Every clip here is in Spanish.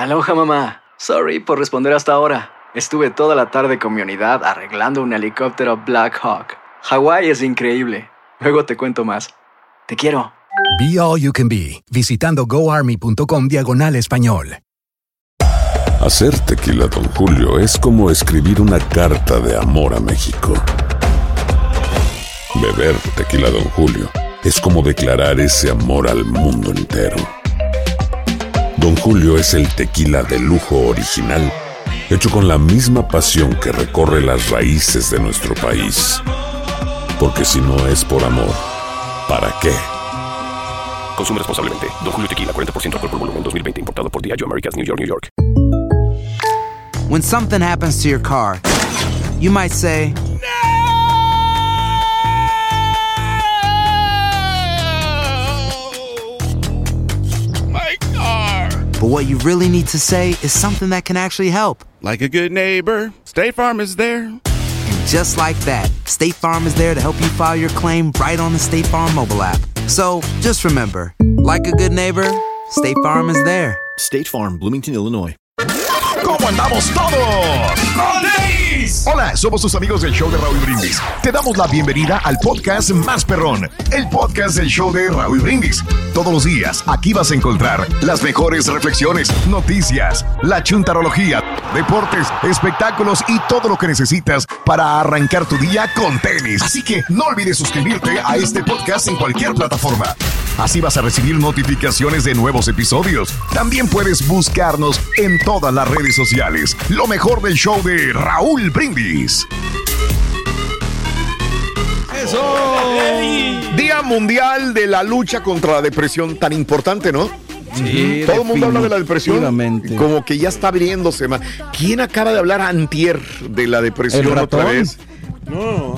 Aloha, mamá. Sorry por responder hasta ahora. Estuve toda la tarde con mi unidad arreglando un helicóptero Black Hawk. Hawái es increíble. Luego te cuento más. Te quiero. Be All You Can Be, visitando goarmy.com/español. Hacer tequila Don Julio es como escribir una carta de amor a México. Beber tequila Don Julio es como declarar ese amor al mundo entero. Don Julio es el tequila de lujo original, hecho con la misma pasión que recorre las raíces de nuestro país. Porque si no es por amor, ¿para qué? Consume responsablemente. Don Julio Tequila, 40% alcohol por volumen, 2020. Importado por Diageo Americas, New York, New York. When something happens to your car, you might say, My car! but what you really need to say is something that can actually help. Like a good neighbor, State Farm is there. And just like that, State Farm is there to help you file your claim right on the State Farm mobile app. So just remember, like a good neighbor, State Farm is there. State Farm, Bloomington, Illinois. ¿Cómo andamos todos? ¡Con tenis! Hola, somos tus amigos del show de Raúl Brindis. Te damos la bienvenida al podcast más perrón, el podcast del show de Raúl Brindis. Todos los días, aquí vas a encontrar las mejores reflexiones, noticias, la chuntarología, deportes, espectáculos y todo lo que necesitas para arrancar tu día con tenis. Así que no olvides suscribirte a este podcast en cualquier plataforma. Así vas a recibir notificaciones de nuevos episodios. También puedes buscarnos en todas las redes sociales. Lo mejor del show de Raúl Brindis. ¡Eso! Día Mundial de la Lucha contra la Depresión, tan importante, ¿no? Sí, todo el mundo habla de la depresión, como que ya está abriéndose más. ¿Quién acaba de hablar antier de la depresión otra vez? No,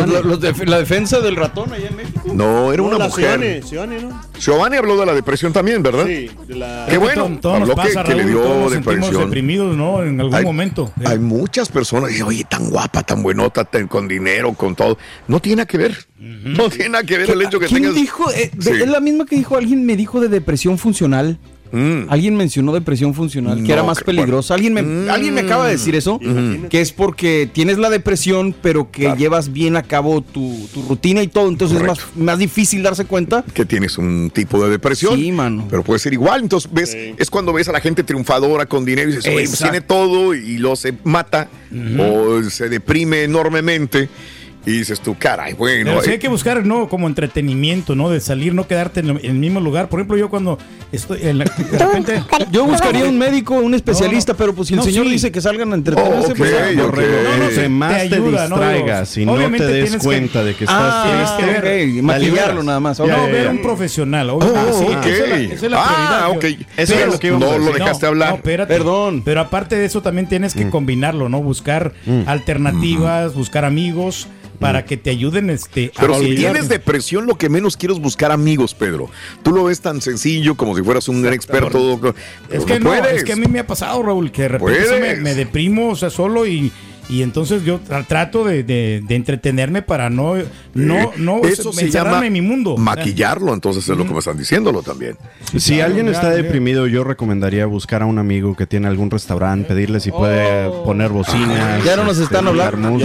la defensa del ratón allá en México. No, era una mujer. Giovanni, ¿no? Giovanni habló de la depresión también, ¿verdad? Sí. Qué bueno. Todo habló nos pasa, que le Raúl, dio todos nos sentimos depresión. deprimidos, ¿no? En algún momento. Hay muchas personas que dicen, oye, tan guapa, tan buenota, con dinero, con todo. No tiene nada que ver. No tiene nada que ver el hecho que ¿quién tengas... dijo? Sí. Es la misma que dijo, alguien me dijo de depresión funcional. Alguien mencionó depresión funcional, que era más peligrosa. Alguien me acaba de decir eso, que es porque tienes la depresión, pero que llevas bien a cabo tu rutina y todo, entonces es más difícil darse cuenta que tienes un tipo de depresión. Sí, mano. Pero puede ser igual. Entonces ves, es cuando ves a la gente triunfadora con dinero y dices, oye, pues tiene todo y luego se mata o se deprime enormemente. Y dices tú, caray, bueno. Pero sí hay que buscar, ¿no? Como entretenimiento, ¿no? De salir, no quedarte en el mismo lugar. Por ejemplo, yo cuando estoy de repente... Yo buscaría un médico, un especialista, pero pues si el señor dice que salgan a entretenerse, entre más te distraigas y no te des cuenta de que estás triste, maquillarlo nada más. Ver un profesional. Esa es la prioridad. Eso es lo que no lo dejaste hablar. No, espérate. Perdón. Pero aparte de eso también tienes que combinarlo, ¿no? Buscar alternativas, buscar amigos para que te ayuden pero si tienes depresión, lo que menos quiero es buscar amigos, Pedro. Tú lo ves tan sencillo como si fueras un gran experto. Es que no, es que a mí me ha pasado, Raúl, que de repente me deprimo, solo y entonces yo trato de entretenerme para no eso se llama en mi mundo. Maquillarlo, entonces es lo que me están diciéndolo también. Si alguien está deprimido, yo recomendaría buscar a un amigo que tiene algún restaurante, pedirle si puede poner bocinas. Ya no nos están hablando.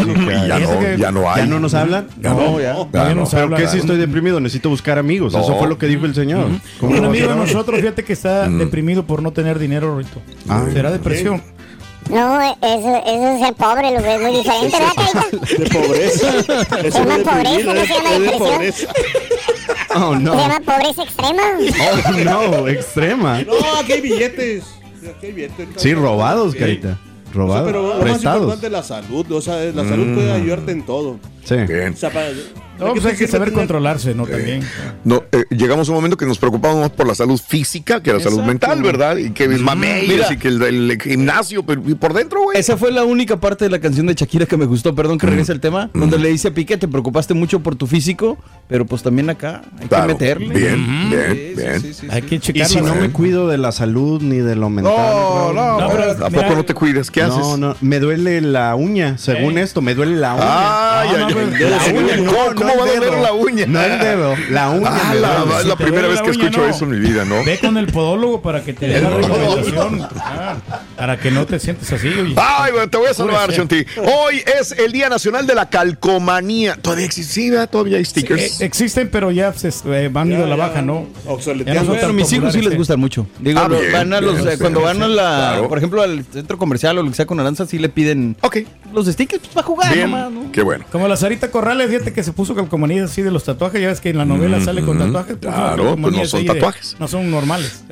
Ya no hay. ¿Ya no nos hablan? No. Pero que si estoy deprimido, necesito buscar amigos. Eso fue lo que dijo el señor. Un amigo de nosotros, fíjate que está deprimido por no tener dinero, Rito. ¿Será depresión? No, eso es ser pobre, lo que es muy diferente, ¿verdad, Carita? De pobreza. Se llama pobreza, no se llama depresión. Oh, no. Se llama pobreza extrema. Oh, no, extrema. No, aquí hay billetes. Sí, robados, Carita. Robados, pero lo prestados. más importante es la salud. O sea, la salud puede ayudarte en todo. Sí. Bien. O sea, pues hay que saber controlarse, ¿no? También. No, llegamos a un momento que nos preocupamos más por la salud física que la salud mental, ¿verdad? Y que el mamey, y que el gimnasio, pero por dentro, güey. Esa fue la única parte de la canción de Shakira que me gustó, perdón que regrese el tema, donde le dice a Piqué, te preocupaste mucho por tu físico, pero pues también acá hay que meterle. Bien. Sí. Hay que checarlo. Y si no me cuido de la salud ni de lo mental. ¿A poco no te cuidas? ¿Qué haces? No, me duele la uña, según esto, me duele la uña. ¿Cómo ¿Cómo va a doler la uña? No el dedo, la uña. Es la primera vez que escucho eso en mi vida, ¿no? Ve con el podólogo para que te dé la recomendación. Para que no te sientes así. Oye. Ay, bueno, te voy a saludar, Chonti. Hoy es el Día Nacional de la Calcomanía. ¿Todavía existe? ¿Todavía hay stickers? Sí, existen, pero ya van ido a la baja, ¿no? Bueno, mis hijos sí les gustan mucho. Digo, van a cuando van a por ejemplo, al centro comercial o lo que sea con Aranza, sí le piden los stickers para jugar nomás, ¿no? Qué bueno. Como la Sarita Corrales, fíjate que se puso calcomanías así de los tatuajes. Ya ves que en la novela sale con tatuajes. Claro, pues no son tatuajes. No son normales.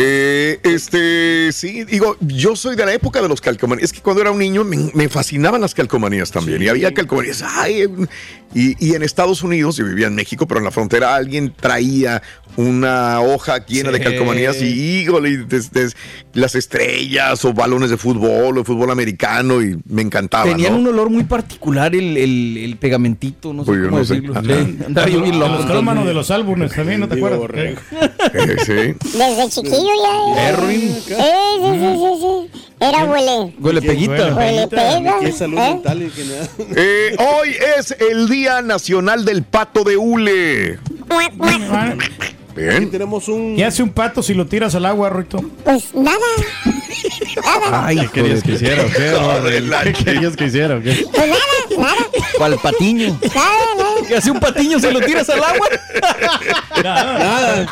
Sí, digo, yo soy de la época de los calcomanías. Es que cuando era un niño me fascinaban las calcomanías también. Y había calcomanías. Y en Estados Unidos, yo vivía en México, pero en la frontera alguien traía una hoja llena de calcomanías y las estrellas o balones de fútbol o fútbol americano y me encantaba. Tenían un olor muy particular el pegamentito, no sé cómo decirlo. Andaba yo bien loco. Los cálmanos de los álbumes también, ¿no te acuerdas? Sí. Desde chiquillo ya. Erwin. Sí. Era huele peguita. Huele pega. Qué salud mental y que nada. Hoy es el Día Nacional del Pato de Hule. Bien. Tenemos ¿Qué hace un pato si lo tiras al agua, Ruito? Pues nada. Ay, ¿qué querías que hiciera? ¿Qué querías que hiciera? Pues nada. ¿Cuál patiño? Nada. ¿Qué hace un patiño si lo tiras al agua? Nada.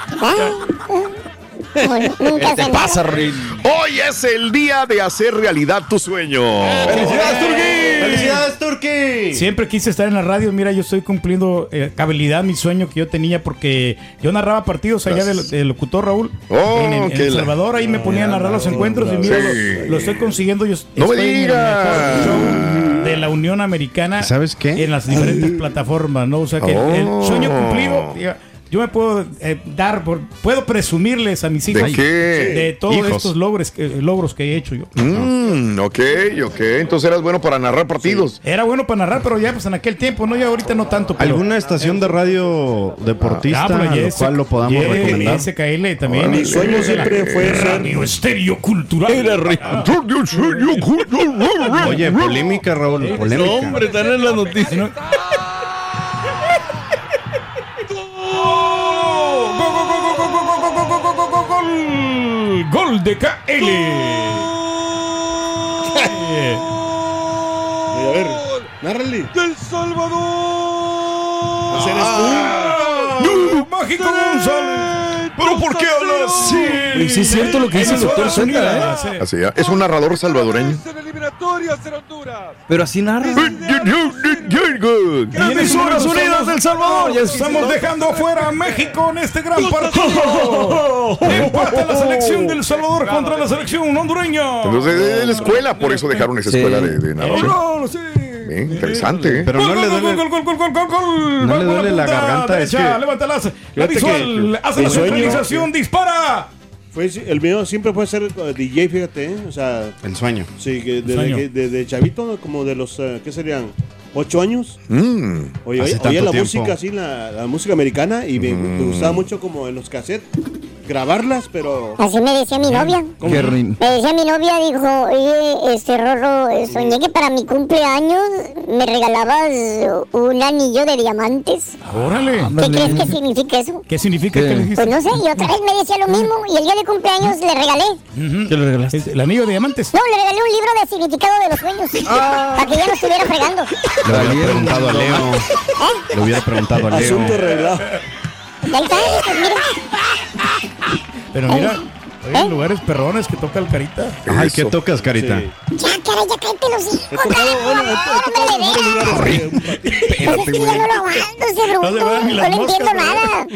Nunca ¿Qué te pasa, Rin? Hoy es el día de hacer realidad tu sueño. ¡Felicidades, Turki! ¡Felicidades, Turki! Siempre quise estar en la radio. Mira, yo estoy cumpliendo cabalidad mi sueño que yo tenía porque yo narraba partidos allá del locutor Raúl en El Salvador. Ahí me ponía a narrar los encuentros y mira, lo estoy consiguiendo. Yo ¡No me estoy en el mejor show de la Unión Americana. ¿Sabes qué? En las diferentes plataformas, ¿no? O sea que el sueño cumplido... Yo me puedo puedo presumirles a mis hijos de todos estos logros que he hecho yo. Ok. Entonces eras bueno para narrar partidos. Sí. Era bueno para narrar, pero ya pues en aquel tiempo, no, ya ahorita no tanto. Pero, ¿alguna estación de radio deportista a lo cual lo podamos recomendar? SKL también. Mi sueño siempre fue Radio Estéreo Cultural. Oye, polémica, Raúl, polémica. No, hombre, están en las noticias. Gol de KL. A ver, nárrale. ¡Del Salvador! ¿Ese eres tú? ¡Mágico González! ¿Pero por qué hablas así? Sí, es cierto lo que dice el doctor Zeta, Así es un narrador salvadoreño. Pero así narra. Emisoras Unidas del Salvador. Ya estamos dejando afuera a México en este gran partido. Empata la selección del Salvador contra la selección hondureña. Entonces es la escuela, por eso dejaron esa escuela de narración. Sí. Bien, interesante. Pero no le duele la garganta. Levántalas. La visual. Hace la centralización. Dispara. El mío siempre puede ser DJ, fíjate, o sea... El sueño. Sí, que desde chavito, como de los, ¿qué serían? 8 años. Oía la música así, la música americana, y me gustaba mucho como en los cassettes, grabarlas, pero... Así me decía mi novia. Me decía mi novia, dijo, oye, Rorro, soñé que para mi cumpleaños me regalabas un anillo de diamantes. ¡Órale! ¿Qué crees que significa eso? ¿Qué significa? ¿Qué le dijiste? Pues no sé, y otra vez me decía lo mismo, y el día de cumpleaños le regalé. ¿Qué le regalaste? ¿El anillo de diamantes? No, le regalé un libro de significado de los sueños, para que ya no estuviera fregando. Le hubiera preguntado a Leo. Le hubiera preguntado a Leo. Asunto arreglado. Ya está, pues mira. Pero mira, hay lugares perrones que toca el Carita. Ay, ¿qué tocas, Carita? Sí. Ya, caray, ya cállate los hijos. He tocado Es que ya no lo aguanto ese bruto. No le entiendo nada.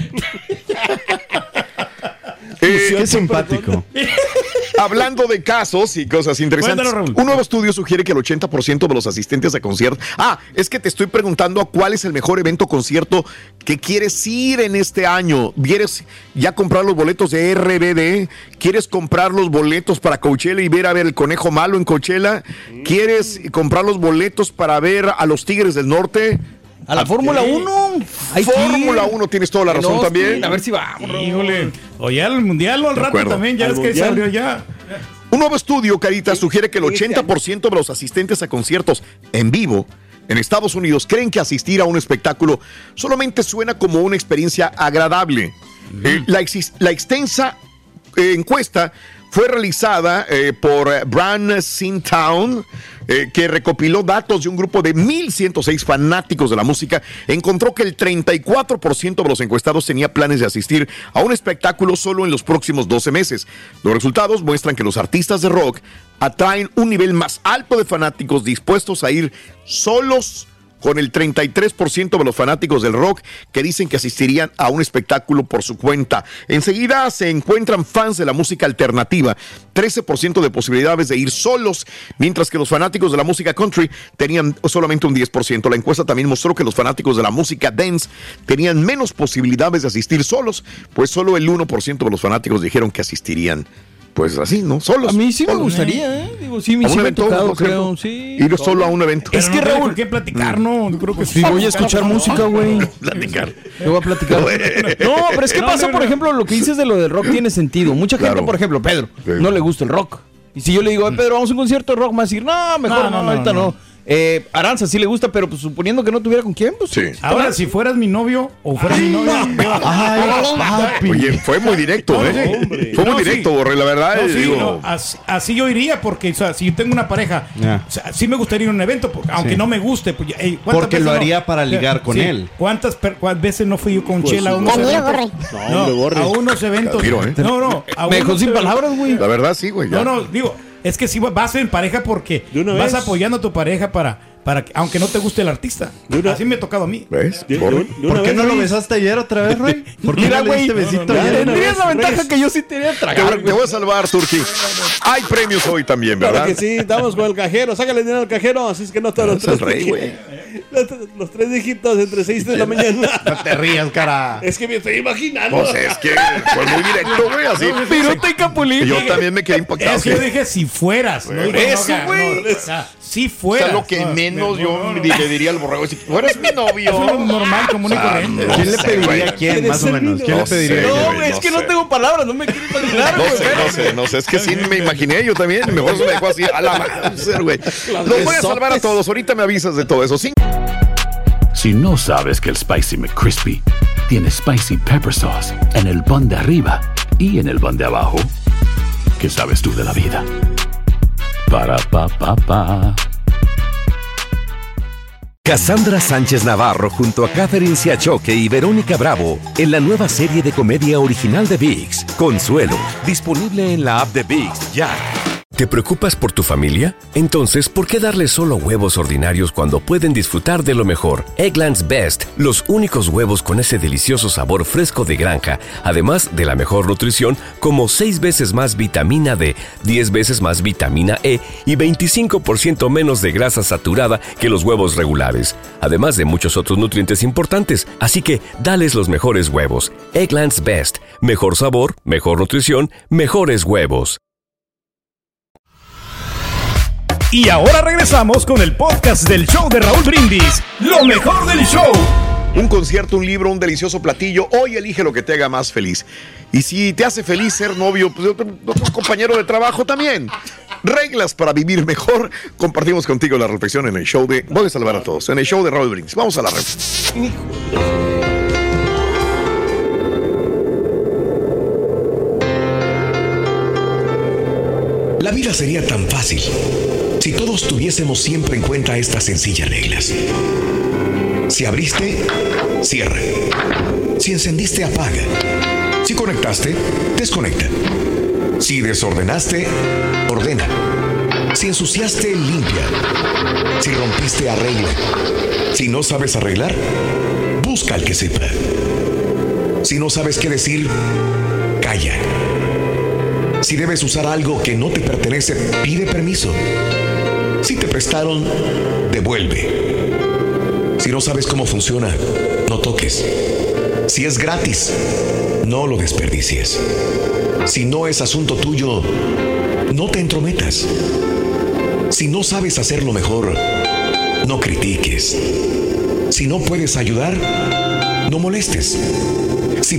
Qué simpático. Hablando de casos y cosas interesantes, un nuevo estudio sugiere que el 80% de los asistentes a conciertos... es que te estoy preguntando a cuál es el mejor evento concierto que quieres ir en este año. ¿Quieres ya comprar los boletos de RBD? ¿Quieres comprar los boletos para Coachella y ver a ver el Conejo Malo en Coachella? ¿Quieres comprar los boletos para ver a los Tigres del Norte? A la Fórmula 1. Fórmula 1, tienes toda la razón también. A ver si vamos. Híjole. O ya al Mundial o al rato también, ya es que salió ya. Un nuevo estudio, Carita, sugiere que el 80% de los asistentes a conciertos en vivo en Estados Unidos creen que asistir a un espectáculo solamente suena como una experiencia agradable. La extensa encuesta fue realizada por Brand Sintown, que recopiló datos de un grupo de 1,106 fanáticos de la música. Encontró que el 34% de los encuestados tenía planes de asistir a un espectáculo solo en los próximos 12 meses. Los resultados muestran que los artistas de rock atraen un nivel más alto de fanáticos dispuestos a ir solos, con el 33% de los fanáticos del rock que dicen que asistirían a un espectáculo por su cuenta. Enseguida se encuentran fans de la música alternativa, 13% de posibilidades de ir solos, mientras que los fanáticos de la música country tenían solamente un 10%. La encuesta también mostró que los fanáticos de la música dance tenían menos posibilidades de asistir solos, pues solo el 1% de los fanáticos dijeron que asistirían. Pues así, ¿no? Solos. A mí sí me solos. gustaría, ¿eh? Digo, sí, me ha tocado, creo. Sí. Ir solo a un evento. Es que, Raúl, ¿por qué platicar? No, yo creo que sí. Voy a escuchar música, güey. Platicar. Yo voy a platicar. No, pero es que pasa, por ejemplo, lo que dices de lo del rock tiene sentido. Mucha gente, por ejemplo, Pedro, no le gusta el rock. Y si yo le digo, Pedro, vamos a un concierto de rock, me va a decir, no, mejor no, ahorita no. Aranza sí le gusta, pero pues suponiendo que no tuviera con quién, pues. Sí. Ahora, si fueras mi novio o fuera mi novia. Oye, fue muy directo, Fue muy directo, Borre, la verdad. Así yo iría, porque, o sea, si yo tengo una pareja, o sea, sí me gustaría ir a un evento, porque, aunque no me guste. Pues, porque lo haría para ligar con él. ¿Cuántas veces no fui yo con Chela a unos eventos? A unos eventos. No. Me dejó sin palabras, güey. La verdad, sí, güey. No, digo. Es que si vas en pareja porque vas apoyando a tu pareja para que, aunque no te guste el artista. Así me ha tocado a mí. ¿Ves? ¿Por qué no lo besaste ayer otra vez, Rey? ¿Por qué no le diste besito ayer? Tendrías la ventaja que yo sí tenía que tragar. Te voy a salvar, Turki. Hay premios hoy también, ¿verdad? Claro que sí, estamos con el cajero. Sácale dinero al cajero, así es que no todos los tres. Rey, güey. Los 3 dígitos entre 6 de la mañana. No te rías, cara. Es que me estoy imaginando. Pues es que fue muy directo, güey. Así. Pirota y Capulín. Yo también me quedé impactado. Es que yo dije si fueras. Eso, güey. Si fueras. O sea, lo que menos yo le diría al borrego es si fueras mi novio. Es normal, común y corriente. ¿Quién le pediría a quién, más o menos? ¿Quién le pediría? No, es que no tengo palabras, no me quiero imaginar. No sé, es que sí me imaginé yo también. Mejor se me dejó así a la madre, güey. Los voy a salvar a todos. Ahorita me avisas de todo eso, ¿sí? Si no sabes que el Spicy McCrispy tiene Spicy Pepper Sauce en el pan de arriba y en el pan de abajo, ¿qué sabes tú de la vida? Para, pa, pa, pa. Cassandra Sánchez Navarro junto a Catherine Siachoque y Verónica Bravo en la nueva serie de comedia original de ViX, Consuelo, disponible en la app de ViX ya. ¿Te preocupas por tu familia? Entonces, ¿por qué darles solo huevos ordinarios cuando pueden disfrutar de lo mejor? Eggland's Best, los únicos huevos con ese delicioso sabor fresco de granja, además de la mejor nutrición, como 6 veces más vitamina D, 10 veces más vitamina E y 25% menos de grasa saturada que los huevos regulares, además de muchos otros nutrientes importantes. Así que, dales los mejores huevos. Eggland's Best, mejor sabor, mejor nutrición, mejores huevos. Y ahora regresamos con el podcast del show de Raúl Brindis, lo mejor del show. Un concierto, un libro, un delicioso platillo. Hoy elige lo que te haga más feliz. Y si te hace feliz ser novio, pues otro compañero de trabajo también. Reglas para vivir mejor. Compartimos contigo la reflexión en el show de... Voy a salvar a todos. En el show de Raúl Brindis. Vamos a la reflexión. La vida sería tan fácil si todos tuviésemos siempre en cuenta estas sencillas reglas. Si abriste, cierra. Si encendiste, apaga. Si conectaste, desconecta. Si desordenaste, ordena. Si ensuciaste, limpia. Si rompiste, arregla. Si no sabes arreglar, busca al que sepa. Si no sabes qué decir, calla. Si debes usar algo que no te pertenece, pide permiso. Si te prestaron, devuelve. Si no sabes cómo funciona, no toques. Si es gratis, no lo desperdicies. Si no es asunto tuyo, no te entrometas. Si no sabes hacerlo mejor, no critiques. Si no puedes ayudar, no molestes. Si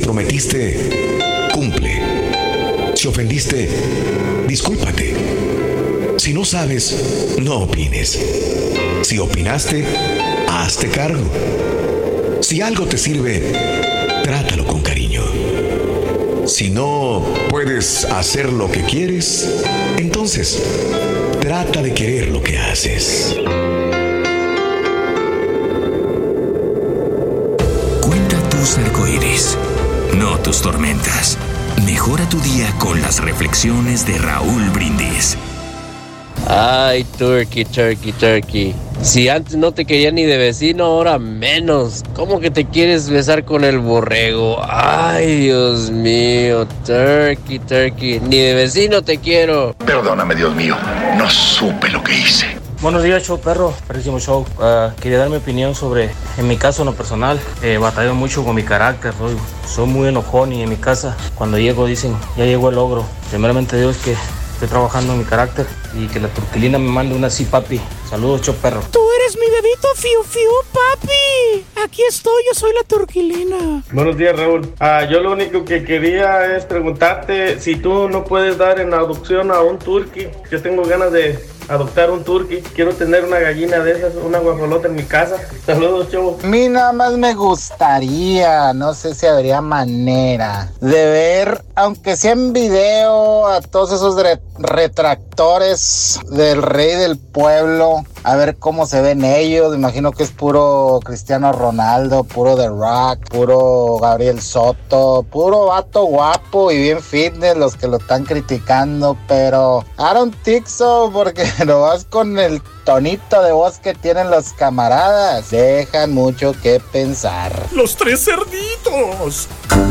prometiste, cumple. Si ofendiste, discúlpate. Si no sabes, no opines. Si opinaste, hazte cargo. Si algo te sirve, trátalo con cariño. Si no puedes hacer lo que quieres, entonces trata de querer lo que haces. Cuenta tus arcoíris, no tus tormentas. Mejora tu día con las reflexiones de Raúl Brindis. Ay, turkey. Si antes no te quería ni de vecino, ahora menos. ¿Cómo que te quieres besar con el borrego? Ay, Dios mío, turkey. Ni de vecino te quiero. Perdóname, Dios mío. No supe lo que hice. Buenos días, show perro, perrísimo show. Quería dar mi opinión sobre, en mi caso, en lo personal, batallo mucho con mi carácter, soy muy enojón y en mi casa, cuando llego dicen, ya llegó el ogro. Primeramente Dios que estoy trabajando en mi carácter y que la turquilina me mande una así, papi. Saludos, show perro. Tú eres mi bebito fiu, papi. Aquí estoy, yo soy la turquilina. Buenos días, Raúl. Yo lo único que quería es preguntarte si tú no puedes dar en adopción a un turqui. Yo tengo ganas de adoptar un turqui. Quiero tener una gallina de esas, una guajolota en mi casa. Saludos, chavo. A mí nada más me gustaría, no sé si habría manera de ver, aunque sea en video, a todos esos retractores del rey del pueblo, a ver cómo se ven ellos. Imagino que es puro Cristiano Ronaldo, puro The Rock, puro Gabriel Soto, puro vato guapo y bien fitness los que lo están criticando, pero I don't think so, porque no vas con el tonito de voz que tienen los camaradas. Dejan mucho que pensar. ¡Los tres cerditos!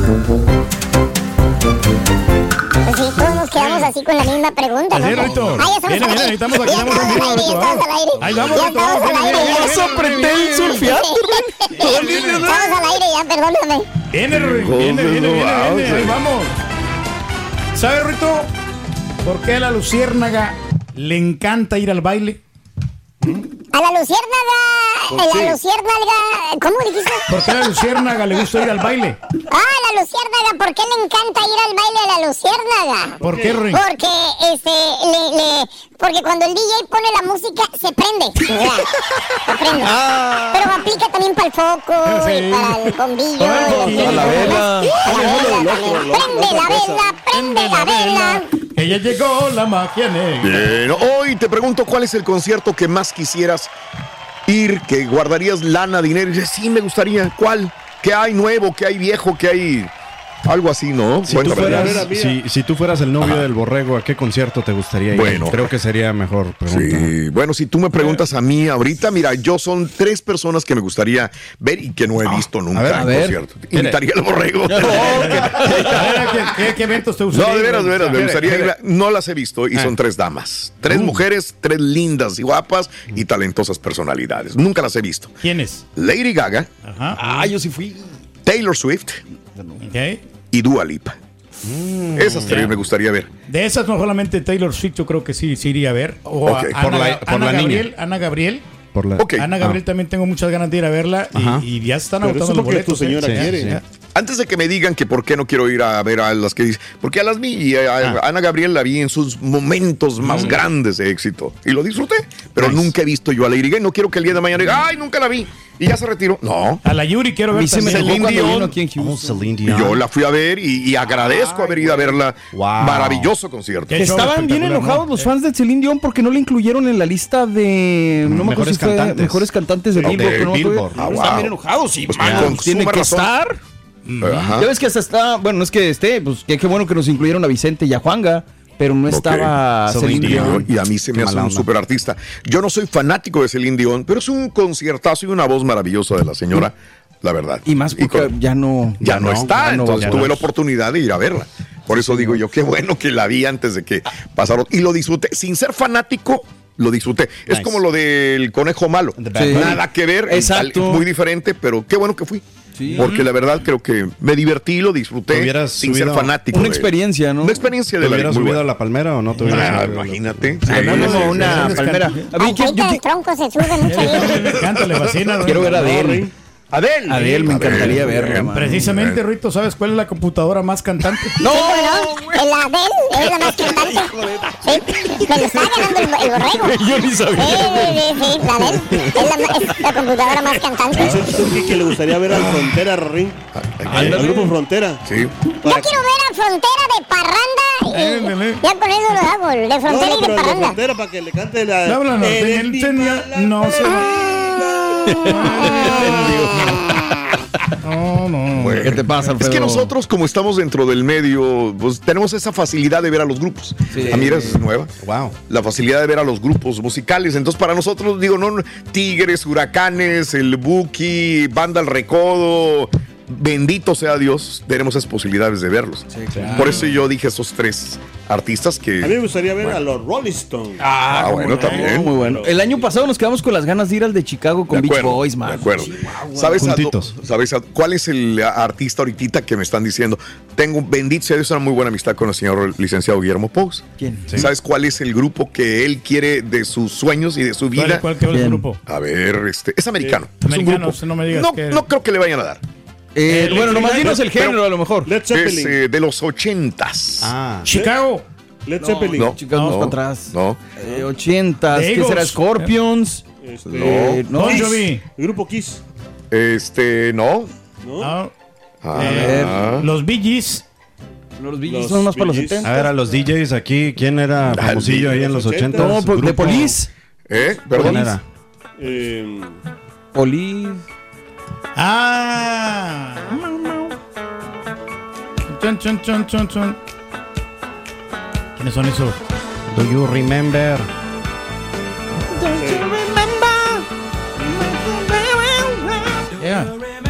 Pues sí, todos nos quedamos así con la misma pregunta, ¿no? Rito. Ya estamos al aire. Estamos aquí, estamos al aire. Ahí vamos, ya estamos al aire. Vas a aprender el surfear. Estamos al aire ya, perdóname. Viene. Ahí vamos. ¿Sabes, Rito, por qué a la luciérnaga le encanta ir al baile? A la luciérnaga, ¿cómo dijiste? ¿Por qué a la luciérnaga le gusta ir al baile? La luciérnaga, ¿por qué le encanta ir al baile a la luciérnaga? ¿Por qué, Rory? Porque, porque cuando el DJ pone la música, se prende. Mira, se prende. Pero aplica también para el foco, y para el bombillo. Para la vela. Prende la vela. Que ya llegó la magia negra. Bien, hoy te pregunto cuál es el concierto que más quisieras ir, que guardarías lana, dinero. Y dices, sí, me gustaría. ¿Cuál? ¿Qué hay nuevo? ¿Qué hay viejo? ¿Qué hay...? Algo así, ¿no? Si tú fueras el novio del borrego, ¿a qué concierto te gustaría ir? Bueno, creo que sería mejor pregunta. Sí, bueno, si tú me preguntas a mí ahorita, mira, son 3 personas que me gustaría ver y que no he visto nunca en concierto. Invitaría al borrego. ¿Qué eventos te gustaría? No, de veras, me gustaría ir. No las he visto y son 3 damas. 3 mujeres, 3 lindas y guapas y talentosas personalidades. Nunca las he visto. ¿Quiénes? Lady Gaga. Ajá. Yo sí fui. Taylor Swift. Okay. Y Dua Lipa. Esas 3 me gustaría ver. De esas, no solamente Taylor Swift, yo creo que sí iría a ver. O Ana Gabriel. Ana Gabriel también tengo muchas ganas de ir a verla y ya están agotando los boletos. Tu señora quiere. Antes de que me digan que por qué no quiero ir a ver a las que dicen, porque a las vi y a Ana Gabriel la vi en sus momentos más grandes de éxito y lo disfruté, pero nunca he visto yo a Lady Gaga. No quiero que el día de mañana diga, ay, nunca la vi y ya se retiró. No. A la Yuri quiero ver. Celine Dion. Yo la fui a ver y agradezco haber ido a verla. Wow. Maravilloso concierto. Estaban bien enojados los fans de Celine Dion porque no la incluyeron en la lista de mejores cantantes de Billboard. Están bien enojados y tiene que estar. Ya ves que hasta está, bueno, no es que esté, pues qué bueno que nos incluyeron a Vicente y a Juanga, pero no estaba Celine Dion. Y a mí se me hace un super artista. Yo no soy fanático de Celine Dion, pero es un conciertazo y una voz maravillosa de la señora, la verdad. Y más porque ya no está, entonces tuve la oportunidad de ir a verla. Por eso digo yo, qué bueno que la vi antes de que pasara. Y lo disfruté, sin ser fanático. Lo disfruté. Es como lo del conejo malo. Nada que ver, muy diferente, pero qué bueno que fui. Sí. Porque la verdad creo que me divertí, lo disfruté sin ser fanático. Una experiencia, ¿no? Una experiencia de la vida. ¿Te hubieras subido a la palmera o no te hubieras subido? Imagínate. Una palmera. A mí el tronco se sube mucho bien. Cántale, fascina. Quiero ver a Adele. Adele, me encantaría verla. Precisamente, Rito, ¿sabes cuál es la computadora más cantante? ¡No! El Adele es la más cantante. Sí, me lo está ganando el borrego. Yo ni sabía. Sí, la Adele es la computadora más cantante. Dice el Turqui que le gustaría ver al Frontera Ring. Al grupo Frontera. Sí. Yo quiero ver a Frontera de Parranda y ya con eso lo hago, de Frontera y de Parranda. De Frontera para que le cante la... No sé. No. Bueno, ¿qué te pasa, Alfredo? Es que nosotros, como estamos dentro del medio, pues tenemos esa facilidad de ver a los grupos. Sí. A mí es nueva. Wow. La facilidad de ver a los grupos musicales. Entonces, para nosotros, digo, no, Tigres, Huracanes, el Buki, Banda El Recodo, bendito sea Dios, tenemos esas posibilidades de verlos. Sí, claro. Por eso yo dije esos tres artistas que... A mí me gustaría ver a los Rolling Stones. Bueno, también. Muy bueno. El año pasado nos quedamos con las ganas de ir al de Chicago con Beach Boys, man. De acuerdo. ¿Sabes cuál es el artista ahorita que me están diciendo? Tengo, bendito sea Dios, una muy buena amistad con el señor licenciado Guillermo Pous. ¿Quién? ¿Sí? ¿Sabes cuál es el grupo que él quiere de sus sueños y de su vida? ¿Cuál es el grupo? A ver, es americano. Sí. Es un grupo. No me digas no creo que le vayan a dar. Bueno, nomás dinos el género a lo mejor. Led Zeppelin. Es de los 80s. Chicago. Led Zeppelin. No, Chicago para atrás. No. 80s. ¿Qué será? Scorpions. No. Kiss. Jovi. El grupo Kiss. No. Los Bee Gees. Los Bee Gees son más para los 70. A ver, a los DJs aquí, ¿quién era famosillo ahí en los 80? No, de Police. ¿Perdón? ¿Quién era? Police. Chon. ¿Quiénes son esos? Do you remember? Yeah.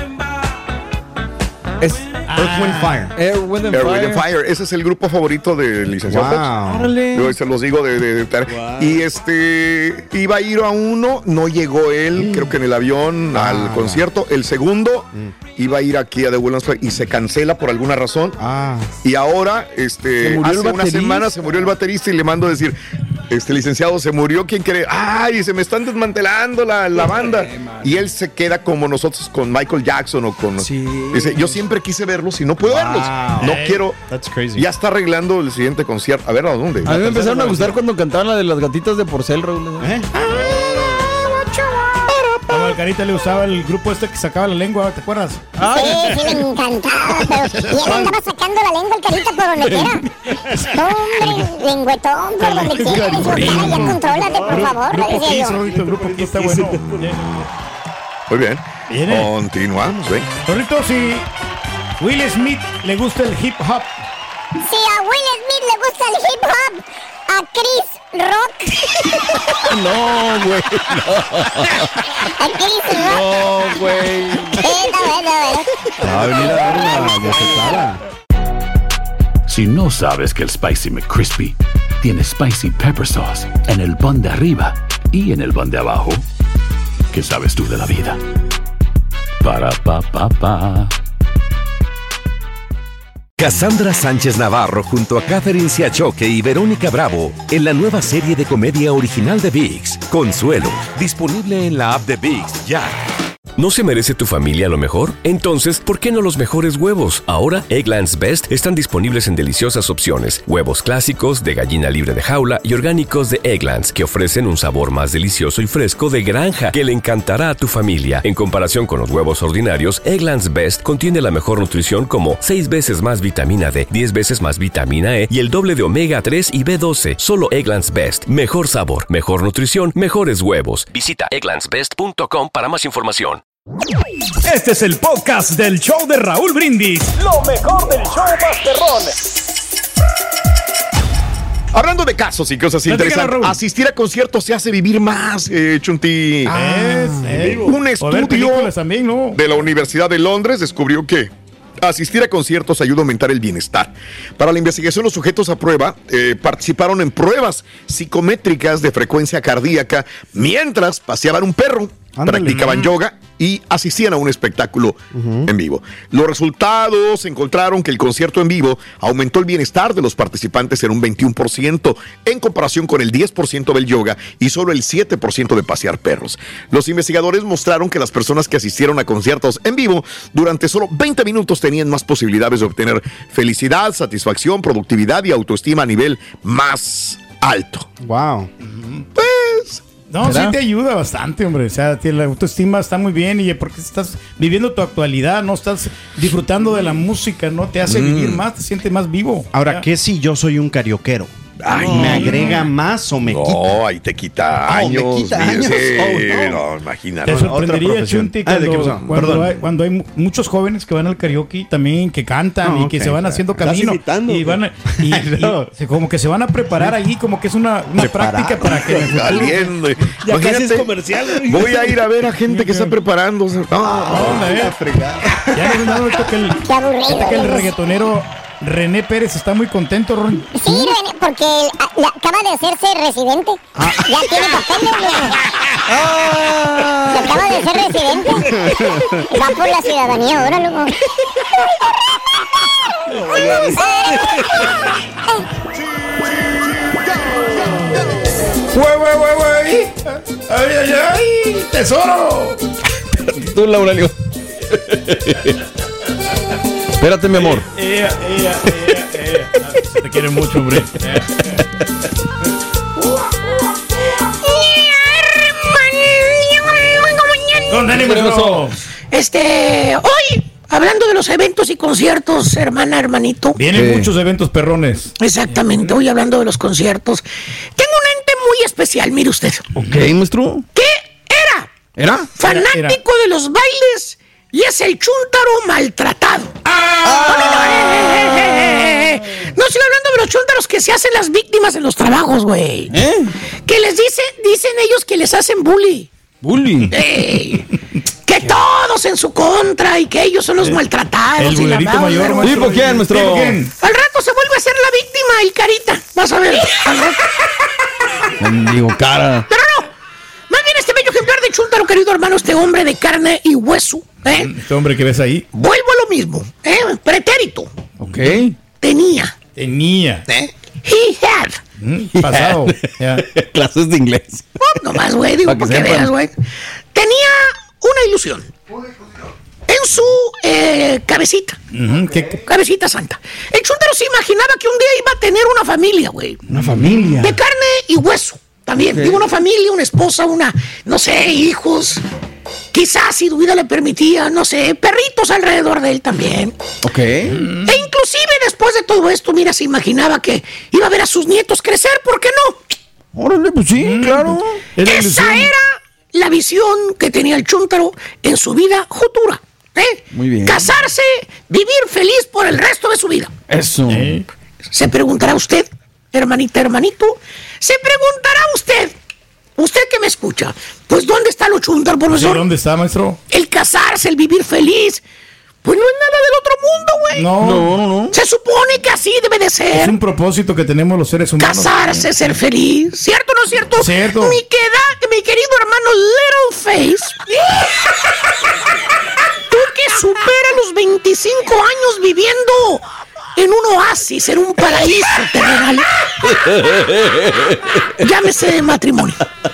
Es Earth, Wind, Fire. Air, Wind and Fire. Ese es el grupo favorito del licenciado Pous. Yo se los digo Y iba a ir a uno, no llegó él, creo que en el avión al concierto. El segundo iba a ir aquí a The Woodlands y se cancela por alguna razón. Y ahora, hace una semana se murió el baterista y le mando a decir, licenciado, se murió, ¿quién cree? ¡Ay! Se me están desmantelando la banda. Y él se queda como nosotros con Michael Jackson o con... Dice, yo siempre quise verlos y no puedo verlos. No quiero... That's crazy. Ya está arreglando el siguiente concierto. A ver, ¿a dónde? A mí me empezaron a gustar cuando cantaban la de las gatitas de Porcel, Raúl. A Margarita le usaba el grupo que sacaba la lengua, ¿te acuerdas? Sí, me encantaba, pero y él andaba sacando la lengua el Carita por donde quiera. Hombre, lengüetón por donde quiera. Dijo, ya contrólate, por favor. El grupo aquí está bueno. Muy bien. Continuamos, ¿eh? Correcto, si Will Smith le gusta el hip hop. Si a Will Smith le gusta el hip hop, a Chris Rock. No, güey. A Chris Rock. No, güey. Va a venir a dar una bofetada. Si no sabes que el Spicy McCrispy tiene Spicy Pepper Sauce en el pan de arriba y en el pan de abajo, ¿qué sabes tú de la vida? Para, pa. Cassandra Sánchez Navarro junto a Catherine Siachoque y Verónica Bravo en la nueva serie de comedia original de ViX, Consuelo, disponible en la app de ViX ya. ¿No se merece tu familia lo mejor? Entonces, ¿por qué no los mejores huevos? Ahora, Eggland's Best están disponibles en deliciosas opciones. Huevos clásicos, de gallina libre de jaula y orgánicos de Eggland's, que ofrecen un sabor más delicioso y fresco de granja que le encantará a tu familia. En comparación con los huevos ordinarios, Eggland's Best contiene la mejor nutrición como 6 veces más vitamina D, 10 veces más vitamina E y el doble de omega 3 y B12. Solo Eggland's Best. Mejor sabor, mejor nutrición, mejores huevos. Visita egglandsbest.com para más información. Este es el podcast del show de Raúl Brindis. Lo mejor del show Masterrón. Hablando de casos y cosas interesantes, asistir a conciertos se hace vivir más, Chunti. Un estudio también, ¿no? de la Universidad de Londres descubrió que asistir a conciertos ayuda a aumentar el bienestar. Para la investigación, los sujetos a prueba participaron en pruebas psicométricas de frecuencia cardíaca mientras paseaban un perro, practicaban yoga y asistían a un espectáculo en vivo. Los resultados encontraron que el concierto en vivo aumentó el bienestar de los participantes en un 21% en comparación con el 10% del yoga y solo el 7% de pasear perros. Los investigadores mostraron que las personas que asistieron a conciertos en vivo durante solo 20 minutos tenían más posibilidades de obtener felicidad, satisfacción, productividad y autoestima a nivel más alto. Wow. Pues... No, ¿será? Sí te ayuda bastante, hombre. O sea, la autoestima está muy bien y porque estás viviendo tu actualidad, no estás disfrutando de la música, ¿no? Te hace vivir más, te sientes más vivo. Ahora, ¿qué si yo soy un carioquero? Ay, ¿me agrega más o me quita? No, ahí te quita años. ¿Me quita años? Sí, no, imagínate. Te sorprendería, Chunti, cuando hay muchos jóvenes que van al karaoke también, que cantan y que se van haciendo camino. Y van y como que se van a preparar allí, como que es una práctica para que... Ya casi es comercial. Voy a ir a ver a gente que está preparando. Ya no que el reggaetonero René Pérez está muy contento, Ron. Sí, René, porque acaba de hacerse residente. Ya tiene papeles, acaba de ser residente. Va por la ciudadanía ahora, loco. ¡Güey! ¡Ay! ¡Tesoro! Tú, Laurelio. Espérate, mi amor. Te quiere mucho, hombre. Hoy, hablando de los eventos y conciertos, hermanito. Vienen muchos eventos perrones. Exactamente, hoy hablando de los conciertos. Tengo un ente muy especial, mire usted. Ok, maestro. ¿Qué era? Fanático de los bailes. Y es el chúntaro maltratado. No estoy hablando de los chúntaros que se hacen las víctimas en los trabajos, güey. Que les dicen ellos que les hacen bully. Que todos en su contra y que ellos son los maltratados. El bulerito mayor. ¿Tipo quién, maestro? Al rato se vuelve a ser la víctima el carita. Vas a ver. Digo, cara. Pero no. Más bien este bello ejemplar de chúntaro, querido hermano, este hombre de carne y hueso. Este hombre que ves ahí. Vuelvo a lo mismo. Pretérito. Ok. Tenía. He had. Pasado. Clases de inglés. No más, güey. Digo, para que veas, güey. Tenía una ilusión. En su cabecita. Cabecita santa. El chúntaro se imaginaba que un día iba a tener una familia, güey. Una familia. De carne y hueso. También. Digo, una familia, una esposa, no sé, hijos. Quizás si su vida le permitía, no sé, perritos alrededor de él también. Ok. E inclusive después de todo esto, mira, se imaginaba que iba a ver a sus nietos crecer, ¿por qué no? Órale, pues sí, claro. Esa era la visión que tenía el chúntaro en su vida futura. Muy bien. Casarse, vivir feliz por el resto de su vida. Eso. Se preguntará usted, hermanito, se preguntará usted que me escucha, pues ¿dónde está lo chúntaro, profesor? ¿Dónde está, maestro? El casarse, el vivir feliz, pues no es nada del otro mundo, güey. No. Se supone que así debe de ser. Es un propósito que tenemos los seres humanos. Casarse, ser feliz. ¿Cierto o no es cierto? Cierto. Mi querido hermano Littleface. Tú que superas los 25 años viviendo en un oasis, en un paraíso terrenal. Llámese de matrimonio.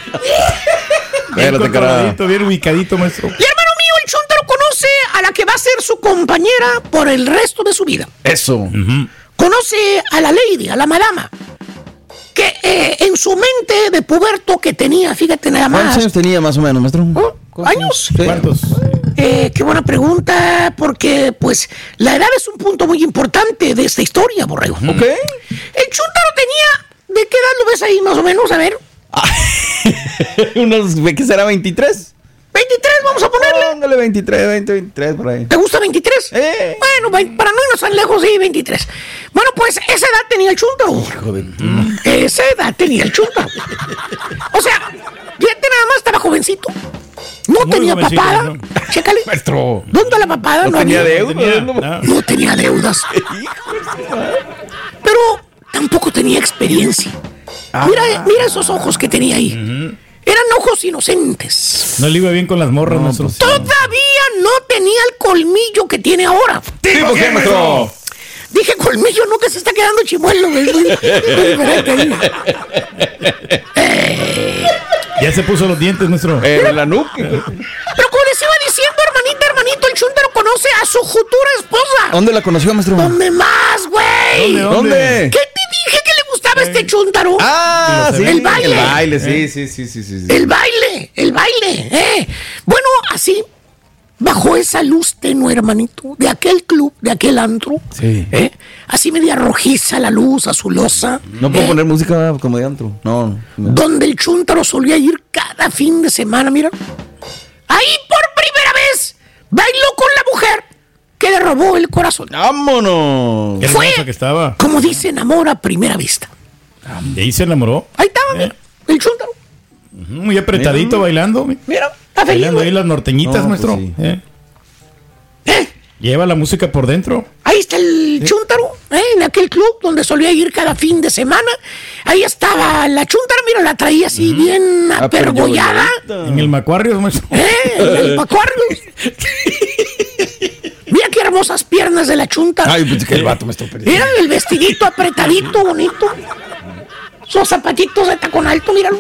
Bien ubicadito, maestro. Y hermano mío, el chúntaro conoce a la que va a ser su compañera por el resto de su vida. Eso. Conoce a la lady, a la madama, que en su mente de puberto que tenía, fíjate nada más. ¿Cuántos años tenía más o menos, maestro? ¿Años? Sí. ¿Cuántos? Qué buena pregunta, porque pues la edad es un punto muy importante de esta historia, borrego. Ok. El chúntaro tenía, ¿de qué edad lo ves ahí más o menos? A ver. ¿Qué será? ¿23? 23, vamos a ponerle. Ándale, 23 por ahí. ¿Te gusta 23? Bueno, para no irnos tan lejos, sí, 23. Bueno, pues esa edad tenía el chúntaro. Hijo de... Esa edad tenía el chúntaro. O sea, fíjate nada más, estaba jovencito. No tenía papada. ¿No? Chécale. Maestro. ¿Dónde la papada? No tenía deudas. No tenía deudas. Pero tampoco tenía experiencia. Mira esos ojos que tenía ahí. Era Eran ojos inocentes. No le iba bien con las morras, maestro. Todavía no tenía el colmillo que tiene ahora. ¿Tipo qué, maestro? Dije colmillo, no, que se está quedando chimuelo, güey. Ya se puso los dientes, maestro. La nuca. Pero como les iba diciendo, hermanito, el chúntaro conoce a su futura esposa. ¿Dónde la conoció, maestro? ¿Dónde más, güey? ¿Dónde? ¿Qué te dije que le gustaba este chúntaro? Ah, sí. El baile. El baile, sí. El baile. Bueno, así bajo esa luz tenue, hermanito, de aquel club, de aquel antro. Sí. Así media rojiza la luz, azulosa. No puedo poner música como de antro. No. Donde el chúntaro solía ir cada fin de semana, mira. Ahí por primera vez bailó con la mujer que le robó el corazón. ¡Vámonos! Qué hermosa que estaba. Como dicen, amor a primera vista. ¿Y ahí se enamoró? Ahí estaba, mira, el chúntaro. Muy apretadito, bailando. Mira, está feliz. Bailando ahí las norteñitas, maestro. Pues sí. Lleva la música por dentro. Ahí está el chúntaro, en aquel club donde solía ir cada fin de semana. Ahí estaba la chúntara, mira, la traía así bien apergollada. En el Macuarrios, maestro. En el Macuarrios. Mira qué hermosas piernas de la chúntara. Ay, pensé que el vato me está perdiendo. Mira el vestidito apretadito, bonito. Sus zapatitos de tacón alto, míralo.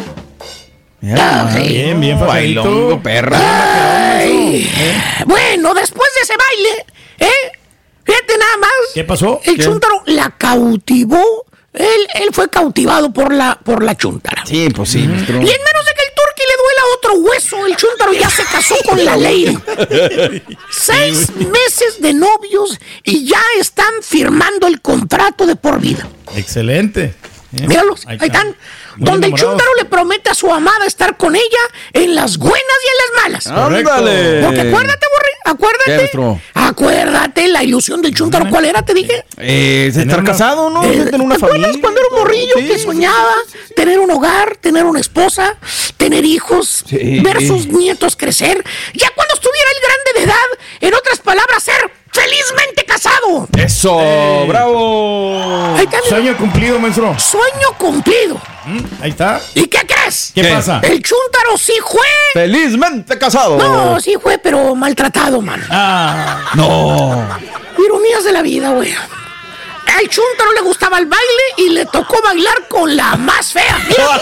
Bien fajadito. Bailongo, perra. Bueno, después de ese baile, fíjate nada más. ¿Qué pasó? El chúntaro la cautivó. Él fue cautivado por la chúntara. Sí, pues sí. Y en menos de que el turqui le duela otro hueso, el chúntaro ya se casó con la lady. 6 meses de novios y ya están firmando el contrato de por vida. Excelente. Míralos, ahí están. Donde el chúntaro le promete a su amada estar con ella en las buenas y en las malas. ¡Ándale! Porque acuérdate, acuérdate la ilusión del chúntaro. ¿Cuál era, te dije? Estar casado, ¿no? Tener una familia. Cuando era un morrillo que soñaba tener un hogar, tener una esposa, tener hijos, ver sus nietos crecer. Ya cuando estuviera el grande de edad, en otras palabras, ser felizmente casado. ¡Eso! ¡Bravo! Ahí está, Sueño cumplido, maestro. Sueño cumplido. Ahí está. ¿Y qué crees? ¿Qué pasa? El chúntaro sí fue. ¡Felizmente casado! No, sí fue, pero maltratado, mano. No. Ironías de la vida, güey. Al chúntaro le gustaba el baile y le tocó bailar con la más fea. Mira,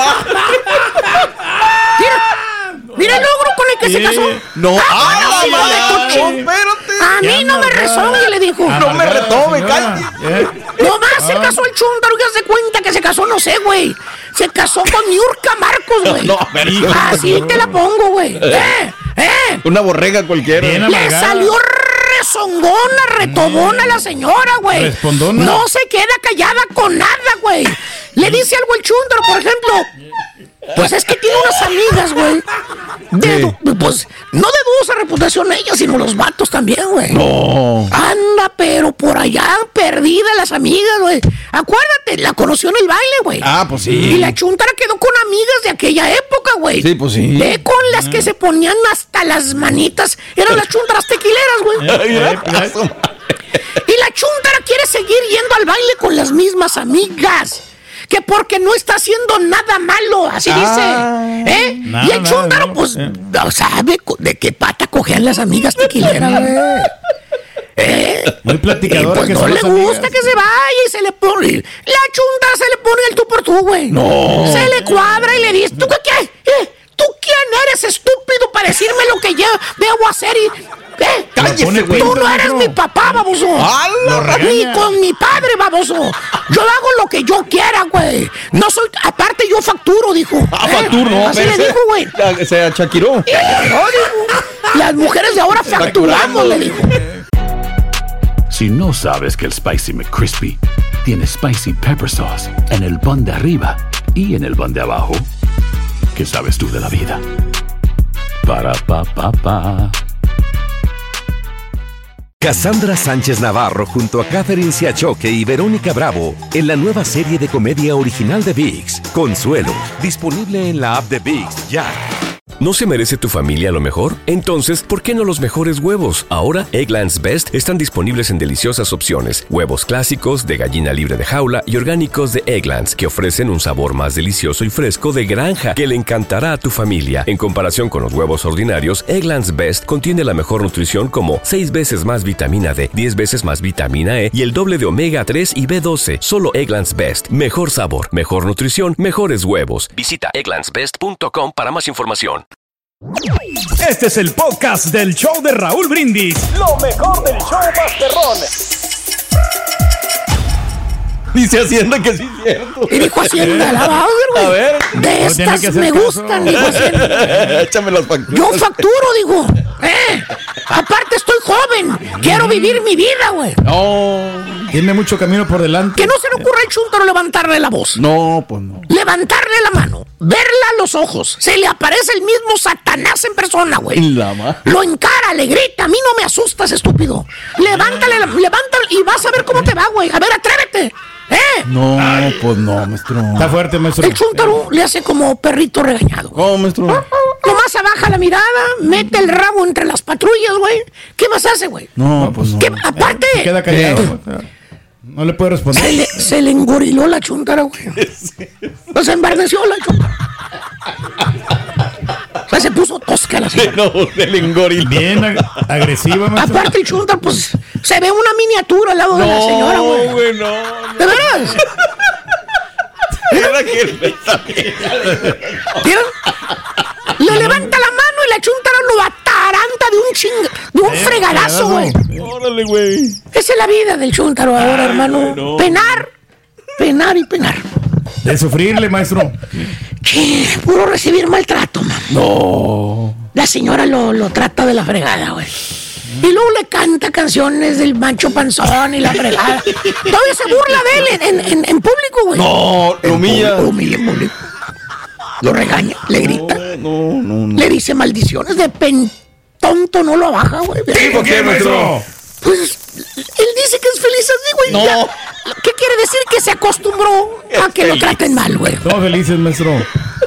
mira el logro con el que se casó. No. Espérate. A mí no me rezongue, le dijo. No me retome, calle. Nomás se casó el chúntaro y hace cuenta que se casó, no sé, güey. Se casó con Niurka Marcos, güey. No, así te la pongo, güey. Una borrega cualquiera. Le salió rezongona, retobona la señora, güey. Respondona. No se queda callada con nada, güey. Le dice algo el chúntaro, por ejemplo. Pues es que tiene unas amigas, güey. Pues no de dudosa reputación ellas, sino los vatos también, güey. No. Anda, pero por allá perdida las amigas, güey. Acuérdate, la conoció en el baile, güey. Ah, pues sí. Y la chúntara quedó con amigas de aquella época, güey. Sí, pues sí. Con las que se ponían hasta las manitas. Eran las chúntaras tequileras, güey. Y la chúntara quiere seguir yendo al baile con las mismas amigas. Que porque no está haciendo nada malo, así dice. Y el chúntaro, pues, no sabe de qué pata cogean las amigas tequileras, güey. Muy platicadora. Pues que no le gusta que se vaya y se le pone. La chúntara se le pone el tú por tú, güey. No. Se le cuadra y le dice, ¿tú qué? ¿Tú quién eres, estúpido, para decirme lo que yo debo hacer? Cállese, güey. Tú no eres mi papá, baboso. Ni con mi padre, baboso. Yo hago lo que yo quiera, güey. No soy... Aparte, yo facturo, dijo. Facturo, no. Así le dijo, güey. Se achakiró. Las mujeres de ahora facturamos, le dijo. Si no sabes que el Spicy McCrispy tiene Spicy Pepper Sauce en el pan de arriba y en el pan de abajo, ¿qué sabes tú de la vida? Para, pa, pa, pa. Cassandra Sánchez Navarro junto a Catherine Siachoque y Verónica Bravo en la nueva serie de comedia original de ViX, Consuelo, disponible en la app de ViX ya. ¿No se merece tu familia lo mejor? Entonces, ¿por qué no los mejores huevos? Ahora, Eggland's Best están disponibles en deliciosas opciones. Huevos clásicos, de gallina libre de jaula y orgánicos de Eggland's, que ofrecen un sabor más delicioso y fresco de granja que le encantará a tu familia. En comparación con los huevos ordinarios, Eggland's Best contiene la mejor nutrición como 6 veces más vitamina D, 10 veces más vitamina E y el doble de omega 3 y B12. Solo Eggland's Best. Mejor sabor, mejor nutrición, mejores huevos. Visita egglandsbest.com para más información. Este es el podcast del show de Raúl Brindis. Lo mejor del show Masterrón. Dice Hacienda que sí es cierto. Y dijo Hacienda, la va a ver, güey. A ver. De estas me gustan, dijo Hacienda. Échame las facturas. Yo facturo, digo. Aparte estoy joven. Quiero vivir mi vida, güey. No. Tiene mucho camino por delante. Que no se le ocurra al chúntaro levantarle la voz. No, pues no. Levantarle la mano. Verla a los ojos. Se le aparece el mismo Satanás en persona, güey. Lo encara, le grita. A mí no me asustas, estúpido. Levántale y vas a ver cómo te va, güey. A ver, atrévete. No, pues no, maestro. Está fuerte, maestro. El chúntaro le hace como perrito regañado. ¿Cómo, maestro? Nomás abaja la mirada, mete el rabo entre las patrullas, güey. ¿Qué más hace, güey? No, pues no. Aparte. Queda callado. No le puedo responder. Se le engoriló la chuntara, güey. Se embarneció la chuntara. O sea, se puso tosca la señora. No, se le engoriló. Bien agresiva, maestro. Aparte el chúntaro, pues, se ve una miniatura al lado de la señora, güey. No, güey, no. ¿De veras? ¿Vieron? Le levanta la mano y la chuntara lo ataranta de un fregadazo, güey. Órale, güey. Esa es la vida del chúntaro ahora, hermano. No. Penar y penar. De sufrirle, maestro. Che, puro recibir maltrato, man. No. La señora lo trata de la fregada, güey. Y luego le canta canciones del Mancho Panzón y la fregada. Todavía se burla de él en público, güey. No, lo humilla. Lo humilla en público. Lo regaña, le grita. No. Le dice maldiciones de tonto, no lo baja, güey. ¿Por qué, maestro? Pues él dice que es feliz así, güey. No. Ya. ¿Qué quiere decir? Que se acostumbró a que lo traten mal, güey. Todos felices, maestro.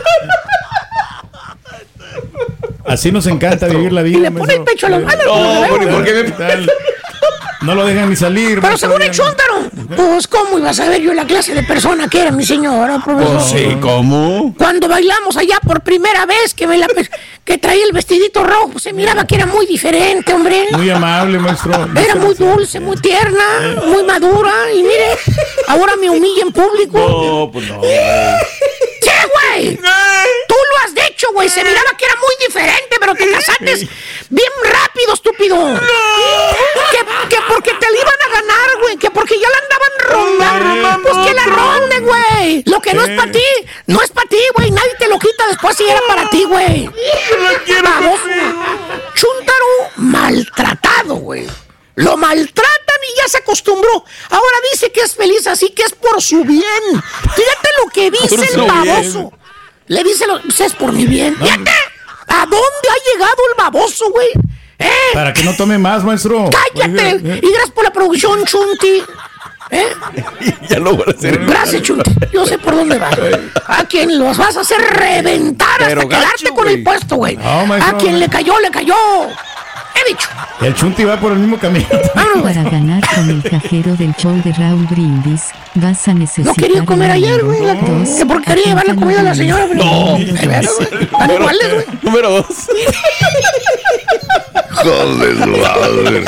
Así nos encanta vivir la vida. Y le pone el pecho a las manos. No, ¿por qué no lo dejan ni salir? Pero según el chúntaro, pues ¿cómo iba a saber yo la clase de persona que era mi señora, profesor? Pues sí, ¿cómo? Cuando bailamos allá por primera vez, que traía el vestidito rojo, se miraba que era muy diferente, hombre. Muy amable, maestro. Era muy dulce, muy tierna, muy madura. Y mire, ahora me humilla en público. No, pues no. ¡Sí, güey! Tú lo has dicho, güey. Se miraba que era muy diferente, pero te casaste bien rápido, estúpido. ¡No! Que porque te la iban a ganar, güey. Que porque ya la andaban rondando. Pues que la ronde, güey. Lo que no es para ti, no es para ti, güey. Nadie te lo quita después si era para ti, güey. Vamos. Chúntaro maltratado, güey. Lo maltratan y ya se acostumbró. Ahora dice que es feliz, así que es por su bien. Fíjate lo que dice el baboso. Le dice, es por mi bien. Fíjate, ¿a dónde ha llegado el baboso, güey? Para que no tome más, maestro. ¡Cállate! Y gracias por la producción, Chunti. Ya lo voy a hacer. Gracias, Chunti. Yo sé por dónde vas. A quien los vas a hacer reventar hasta quedarte con el puesto, güey. No, a quien le cayó, le cayó. He dicho. El Chunti va por el mismo camino. Para ganar con el cajero del show de Raúl Brindis, vas a necesitar. No quería comer ayer, güey. ¿Qué porquería llevar la comida a la señora? No. Están iguales, güey. Número 2. Joder,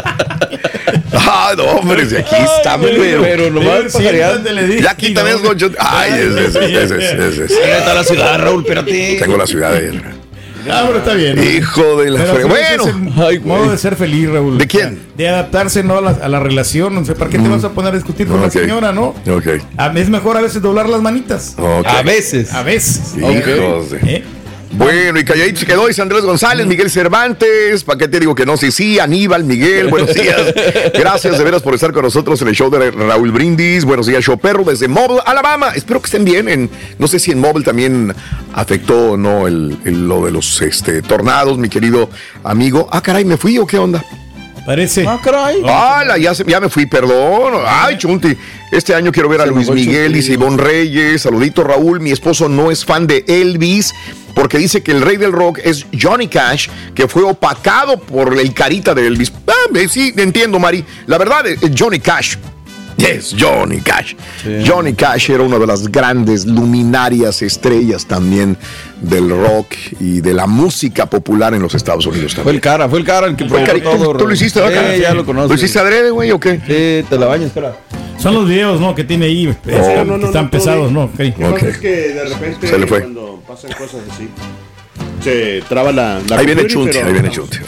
no, hombre, si aquí está, pero nomás ya aquí también es Goncho. Ay, ese. Está la ciudad, Raúl, espérate. Tengo la ciudad de él. Ah, pero está bien. Hijo de la fregada. Bueno, es modo de ser feliz, Raúl. ¿De quién? De adaptarse, ¿no? A la relación. No sé, ¿para qué te vas a poner a discutir con la señora, no? Ok. Es mejor a veces doblar las manitas. Okay. A veces. Hijos de... Bueno, y calladito se quedó, dice Andrés González, Miguel Cervantes, ¿para qué te digo que no? Sí, Aníbal, Miguel, buenos días. Gracias de veras por estar con nosotros en el show de Raúl Brindis. Buenos días, show perro, desde Mobile, Alabama. Espero que estén bien. No sé si en Mobile también afectó o no lo de los tornados, mi querido amigo. Ah, caray, ¿me fui o qué onda? Parece. Ah, caray. Ya me fui, perdón. Ay, Chunti. Este año quiero ver a Luis Miguel y Ivonne Reyes. Saludito, Raúl. Mi esposo no es fan de Elvis porque dice que el rey del rock es Johnny Cash, que fue opacado por el carita de Elvis. Sí, entiendo, Mari. La verdad, Johnny Cash. Yes, Johnny Cash. Sí. Johnny Cash era una de las grandes luminarias estrellas también del rock y de la música popular en los Estados Unidos también. Fue el cara el que provocó todo. ¿Tú lo hiciste, ¿verdad? Sí, ya lo conozco. ¿Lo hiciste adrede, güey, o qué? Sí, te la bañas, espera. Son los videos, ¿no? Que tiene ahí. Que están pesados, ¿no? Okay. Lo que pasa es que de repente se le fue. Cuando pasan cosas así se traba la ahí viene Chunti, ahí viene Chunti.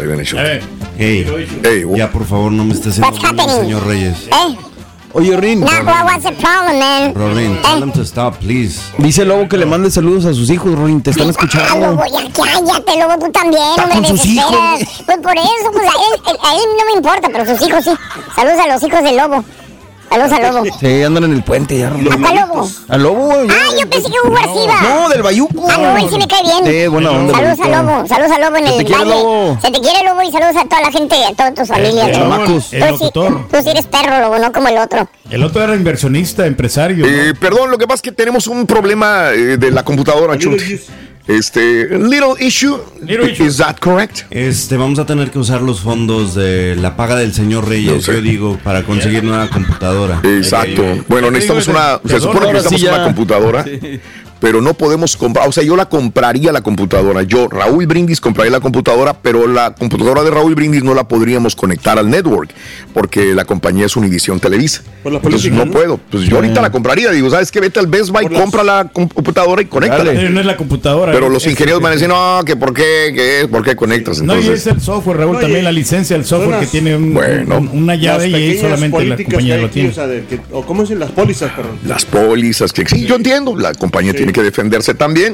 Hey, ya por favor no me estés haciendo señor Reyes. Oye, Rin. What's the problem, man? Rorin, tell him to stop, please. Dice Lobo que le mande saludos a sus hijos, Rorin. Te están escuchando. Lobo, ya cállate, Lobo, tú también. Está con sus hijos. Pues por eso, pues a él no me importa, pero sus hijos sí. Saludos a los hijos de Lobo. Saludos a Lobo. Sí, andan en el puente ya. ¿A cuál Lobo? ¿A Lobo? Ya. Yo pensé que Hugo García. No, del Bayuco. No, él sí me cae bien. Sí, buena onda. Saludos a Lobo en el baile. Se te quiere, Lobo, y saludos a toda la gente, a todas tus familias. Chamacos. Tú sí eres perro, Lobo, no como el otro. El otro era inversionista, empresario. Perdón, lo que pasa es que tenemos un problema de la computadora, Chunti. Little issue. Is that correct? Vamos a tener que usar los fondos de la paga del señor Reyes, yo digo, para conseguir nueva computadora. Exacto. Bueno, necesitamos se supone que necesitamos una computadora. Sí. Pero no podemos comprar, o sea, yo la compraría la computadora. Yo, Raúl Brindis, compraría la computadora, pero la computadora de Raúl Brindis no la podríamos conectar al network, porque la compañía es Univisión Televisa. Entonces no puedo. Pues yo ahorita la compraría. Digo, ¿sabes qué? Vete al Best Buy, compra la computadora y conéctala. No es la computadora. Pero los ingenieros van a decir, no, que por qué conectas. Entonces, no, y es el software, Raúl, también la licencia del software que tiene una llave y ahí solamente la compañía lo tiene. O ¿cómo dicen las pólizas, perdón? Las pólizas, que sí, yo entiendo. La compañía tiene que defenderse también.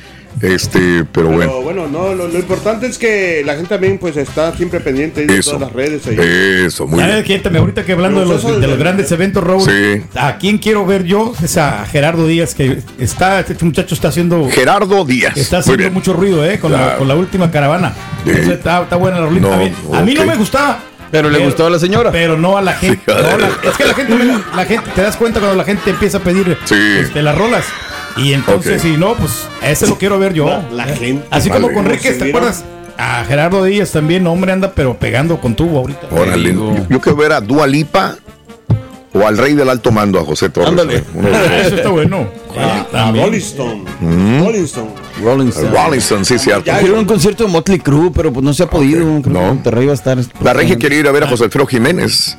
Pero bueno. No, lo importante es que la gente también pues está siempre pendiente de todas las redes ahí. Eso, muy bien. Quiéntame, ahorita que hablando de los grandes eventos, Raúl, ¿a quién quiero ver yo? Es a Gerardo Díaz, que este muchacho está haciendo... Gerardo Díaz. Está haciendo mucho ruido, con la última caravana. Entonces, está buena la rolita. A mí no me gustaba. Pero le gustó a la señora. Pero no a la gente. Es que la gente, te das cuenta cuando la gente empieza a pedir las rolas. Y entonces, si no, pues ese lo quiero ver yo. La gente. Así como con Enrique, ¿te acuerdas? A Gerardo Díaz también, hombre, anda pero pegando con tubo ahorita. Órale, yo quiero ver a Dua Lipa o al rey del alto mando, a José Torres. Ándale. Eso está bueno. A Rolling Stone. Rolling Stone, sí, cierto. Quiero un concierto de Motley Crue, pero pues no se ha podido. No. Monterrey va a estar. La regia quiere ir a ver a José Alfredo Jiménez.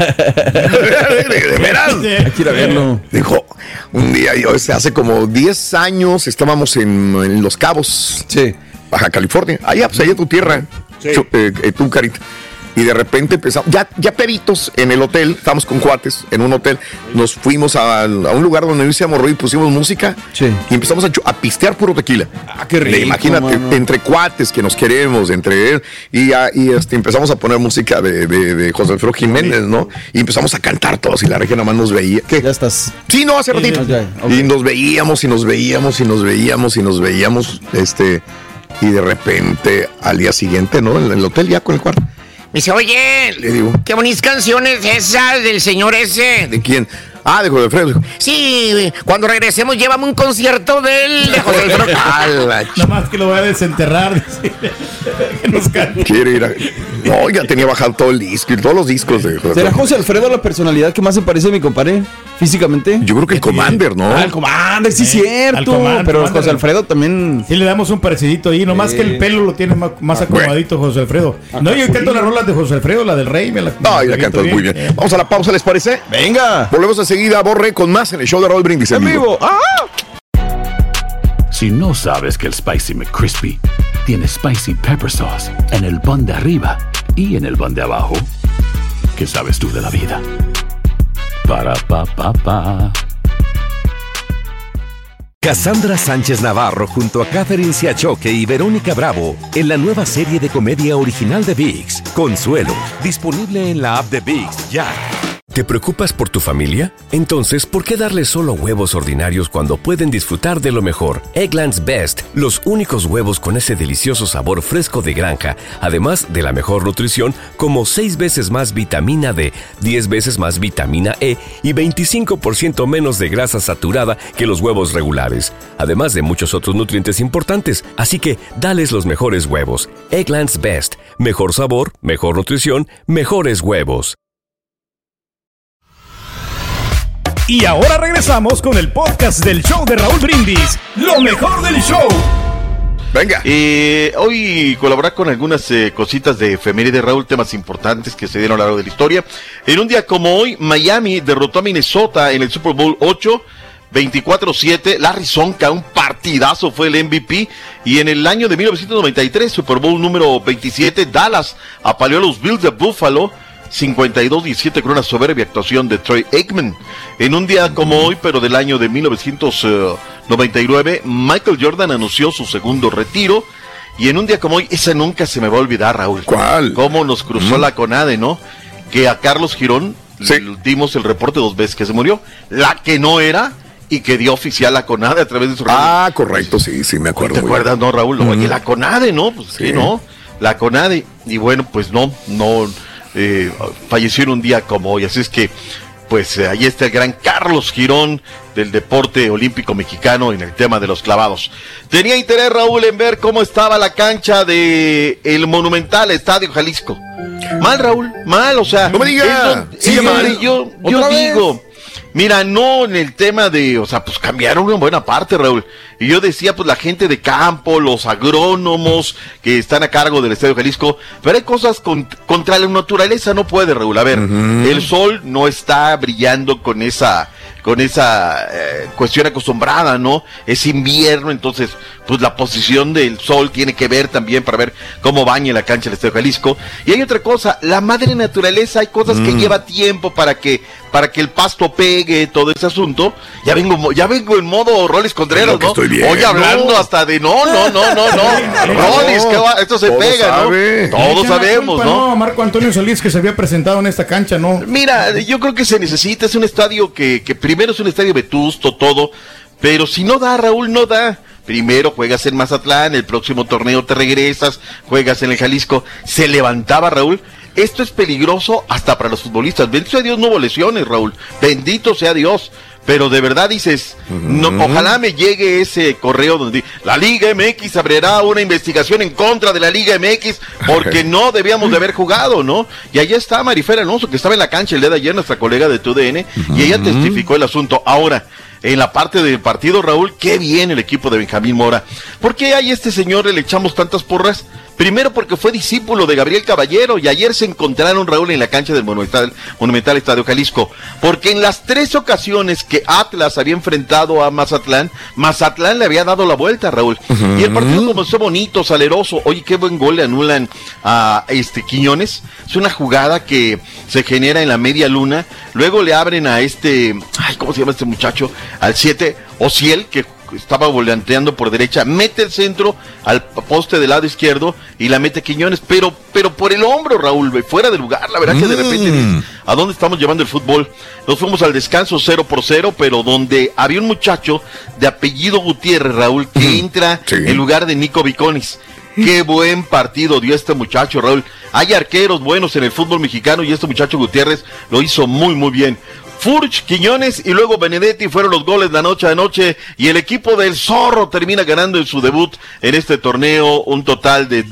¿De veras? Hay que ir a verlo. Dijo, un día, hace como 10 años estábamos en Los Cabos, Baja California. Allá, pues allá tu tierra, tú, Carita. Y de repente empezamos, ya peritos en el hotel, estábamos con cuates en un hotel, nos fuimos a un lugar donde no hicimos ruido, pusimos música y empezamos a pistear puro tequila. Qué rico, imagínate, entre cuates que nos queremos, entre él, y empezamos a poner música de José Alfredo Jiménez, ¿no? Y empezamos a cantar todos y la regia nomás nos veía. ¿Qué? Ya estás. Sí, no, hace ratito. Y nos veíamos, y de repente al día siguiente, ¿no? En el hotel ya con el cuarto. Me dice, oye, le digo, qué bonitas canciones esas del señor ese. ¿De quién? De José Alfredo. Sí, cuando regresemos llévame un concierto de José Alfredo. Nada más que lo voy a desenterrar. Que nos cante. Quiere ir a... No, ya tenía bajado todo el disco y todos los discos de José Alfredo. ¿Será José Alfredo la personalidad que más se parece a mi compadre físicamente? Yo creo que el Commander, ¿no? El Commander, sí, cierto. Pero José Alfredo también. Sí, le damos un parecidito ahí, nomás que el pelo lo tiene más acomodadito José Alfredo. No, yo canto las rolas de José Alfredo, la del Rey. La cantas muy bien. Vamos a la pausa, ¿les parece? Venga. Volvemos enseguida, Borre, con más en el show de Raúl Brindis en vivo. Si no sabes que el Spicy McCrispy tiene Spicy Pepper Sauce en el pan de arriba y en el pan de abajo, ¿qué sabes tú de la vida? Para, pa, pa, pa. Cassandra Sánchez Navarro junto a Catherine Siachoque y Verónica Bravo en la nueva serie de comedia original de ViX, Consuelo, disponible en la app de ViX ya. ¿Te preocupas por tu familia? Entonces, ¿por qué darles solo huevos ordinarios cuando pueden disfrutar de lo mejor? Eggland's Best, los únicos huevos con ese delicioso sabor fresco de granja, además de la mejor nutrición, como 6 veces más vitamina D, 10 veces más vitamina E y 25% menos de grasa saturada que los huevos regulares, además de muchos otros nutrientes importantes. Así que, dales los mejores huevos. Eggland's Best, mejor sabor, mejor nutrición, mejores huevos. Y ahora regresamos con el podcast del show de Raúl Brindis, lo mejor del show. Venga. Hoy colaborar con algunas cositas de efeméride, Raúl, temas importantes que se dieron a lo largo de la historia. En un día como hoy, Miami derrotó a Minnesota en el Super Bowl 8, 24-7. Larry Csonka, un partidazo, fue el MVP. Y en el año de 1993, Super Bowl número 27, Dallas apaleó a los Bills de Buffalo 52-17 con una soberbia actuación de Troy Aikman. En un día como hoy, pero del año de 1999, Michael Jordan anunció su segundo retiro. Y en un día como hoy, esa nunca se me va a olvidar, Raúl. ¿Cuál? Cómo nos cruzó la CONADE, ¿no? Que a Carlos Girón le dimos el reporte 2 veces que se murió. La que no era y que dio oficial la CONADE a través de su... correcto, sí, me acuerdo. ¿Te acuerdas, no, Raúl? Oye, la CONADE, ¿no? Pues sí, ¿no? La CONADE. Y bueno, pues no... falleció en un día como hoy, así es que pues ahí está el gran Carlos Girón del deporte olímpico mexicano en el tema de los clavados. Tenía interés, Raúl, en ver cómo estaba la cancha de el monumental Estadio Jalisco. Mal, Raúl, mal, o sea, no me diga, yo digo, mira, no en el tema de, o sea, pues cambiaron una buena parte, Raúl. Y yo decía, pues la gente de campo, los agrónomos que están a cargo del Estadio Jalisco, pero hay cosas contra la naturaleza, no puede, Raúl. A ver, el sol no está brillando con esa cuestión acostumbrada, ¿no? Es invierno, entonces, pues la posición del sol tiene que ver también para ver cómo baña la cancha del Estadio Jalisco. Y hay otra cosa, la madre naturaleza, hay cosas que lleva tiempo para que el pasto pegue, todo ese asunto. Ya vengo en modo Rolis Contreras, ¿no? Hoy hablando hasta de no. Rolis, esto se pega, sabe, ¿no? Todos sabemos, ¿no? Marco Antonio Solís, que se había presentado en esta cancha, ¿no? Mira, yo creo que se necesita, es un estadio que primero es un estadio vetusto, todo, pero si no da, Raúl, no da. Primero juegas en Mazatlán, el próximo torneo te regresas, juegas en el Jalisco. Se levantaba, Raúl. Esto es peligroso hasta para los futbolistas. Bendito sea Dios, no hubo lesiones, Raúl. Bendito sea Dios. Pero de verdad dices, no, ojalá me llegue ese correo donde la Liga MX abrirá una investigación en contra de la Liga MX porque no debíamos de haber jugado, ¿no? Y allá está Marifer Alonso, que estaba en la cancha el día de ayer, nuestra colega de TUDN, y ella testificó el asunto. Ahora, en la parte del partido, Raúl, qué bien el equipo de Benjamín Mora. ¿Por qué a este señor le echamos tantas porras? Primero porque fue discípulo de Gabriel Caballero y ayer se encontraron, Raúl, en la cancha del Monumental Estadio Jalisco, porque en las 3 ocasiones que Atlas había enfrentado a Mazatlán le había dado la vuelta, Raúl. Y el partido comenzó bonito, saleroso. Oye, qué buen gol le anulan a Quiñones. Es una jugada que se genera en la media luna. Luego le abren a ¿cómo se llama este muchacho? Al 7, Ociel, que estaba volanteando por derecha, mete el centro al poste del lado izquierdo y la mete Quiñones, pero por el hombro, Raúl, fuera de lugar. La verdad que de repente dices, ¿a dónde estamos llevando el fútbol? Nos fuimos al descanso 0-0, pero donde había un muchacho de apellido Gutiérrez, Raúl, que entra en lugar de Nico Viconis. Qué buen partido dio este muchacho, Raúl. Hay arqueros buenos en el fútbol mexicano y este muchacho Gutiérrez lo hizo muy, muy bien. Furch, Quiñones y luego Benedetti fueron los goles la noche a noche y el equipo del Zorro termina ganando en su debut en este torneo un total de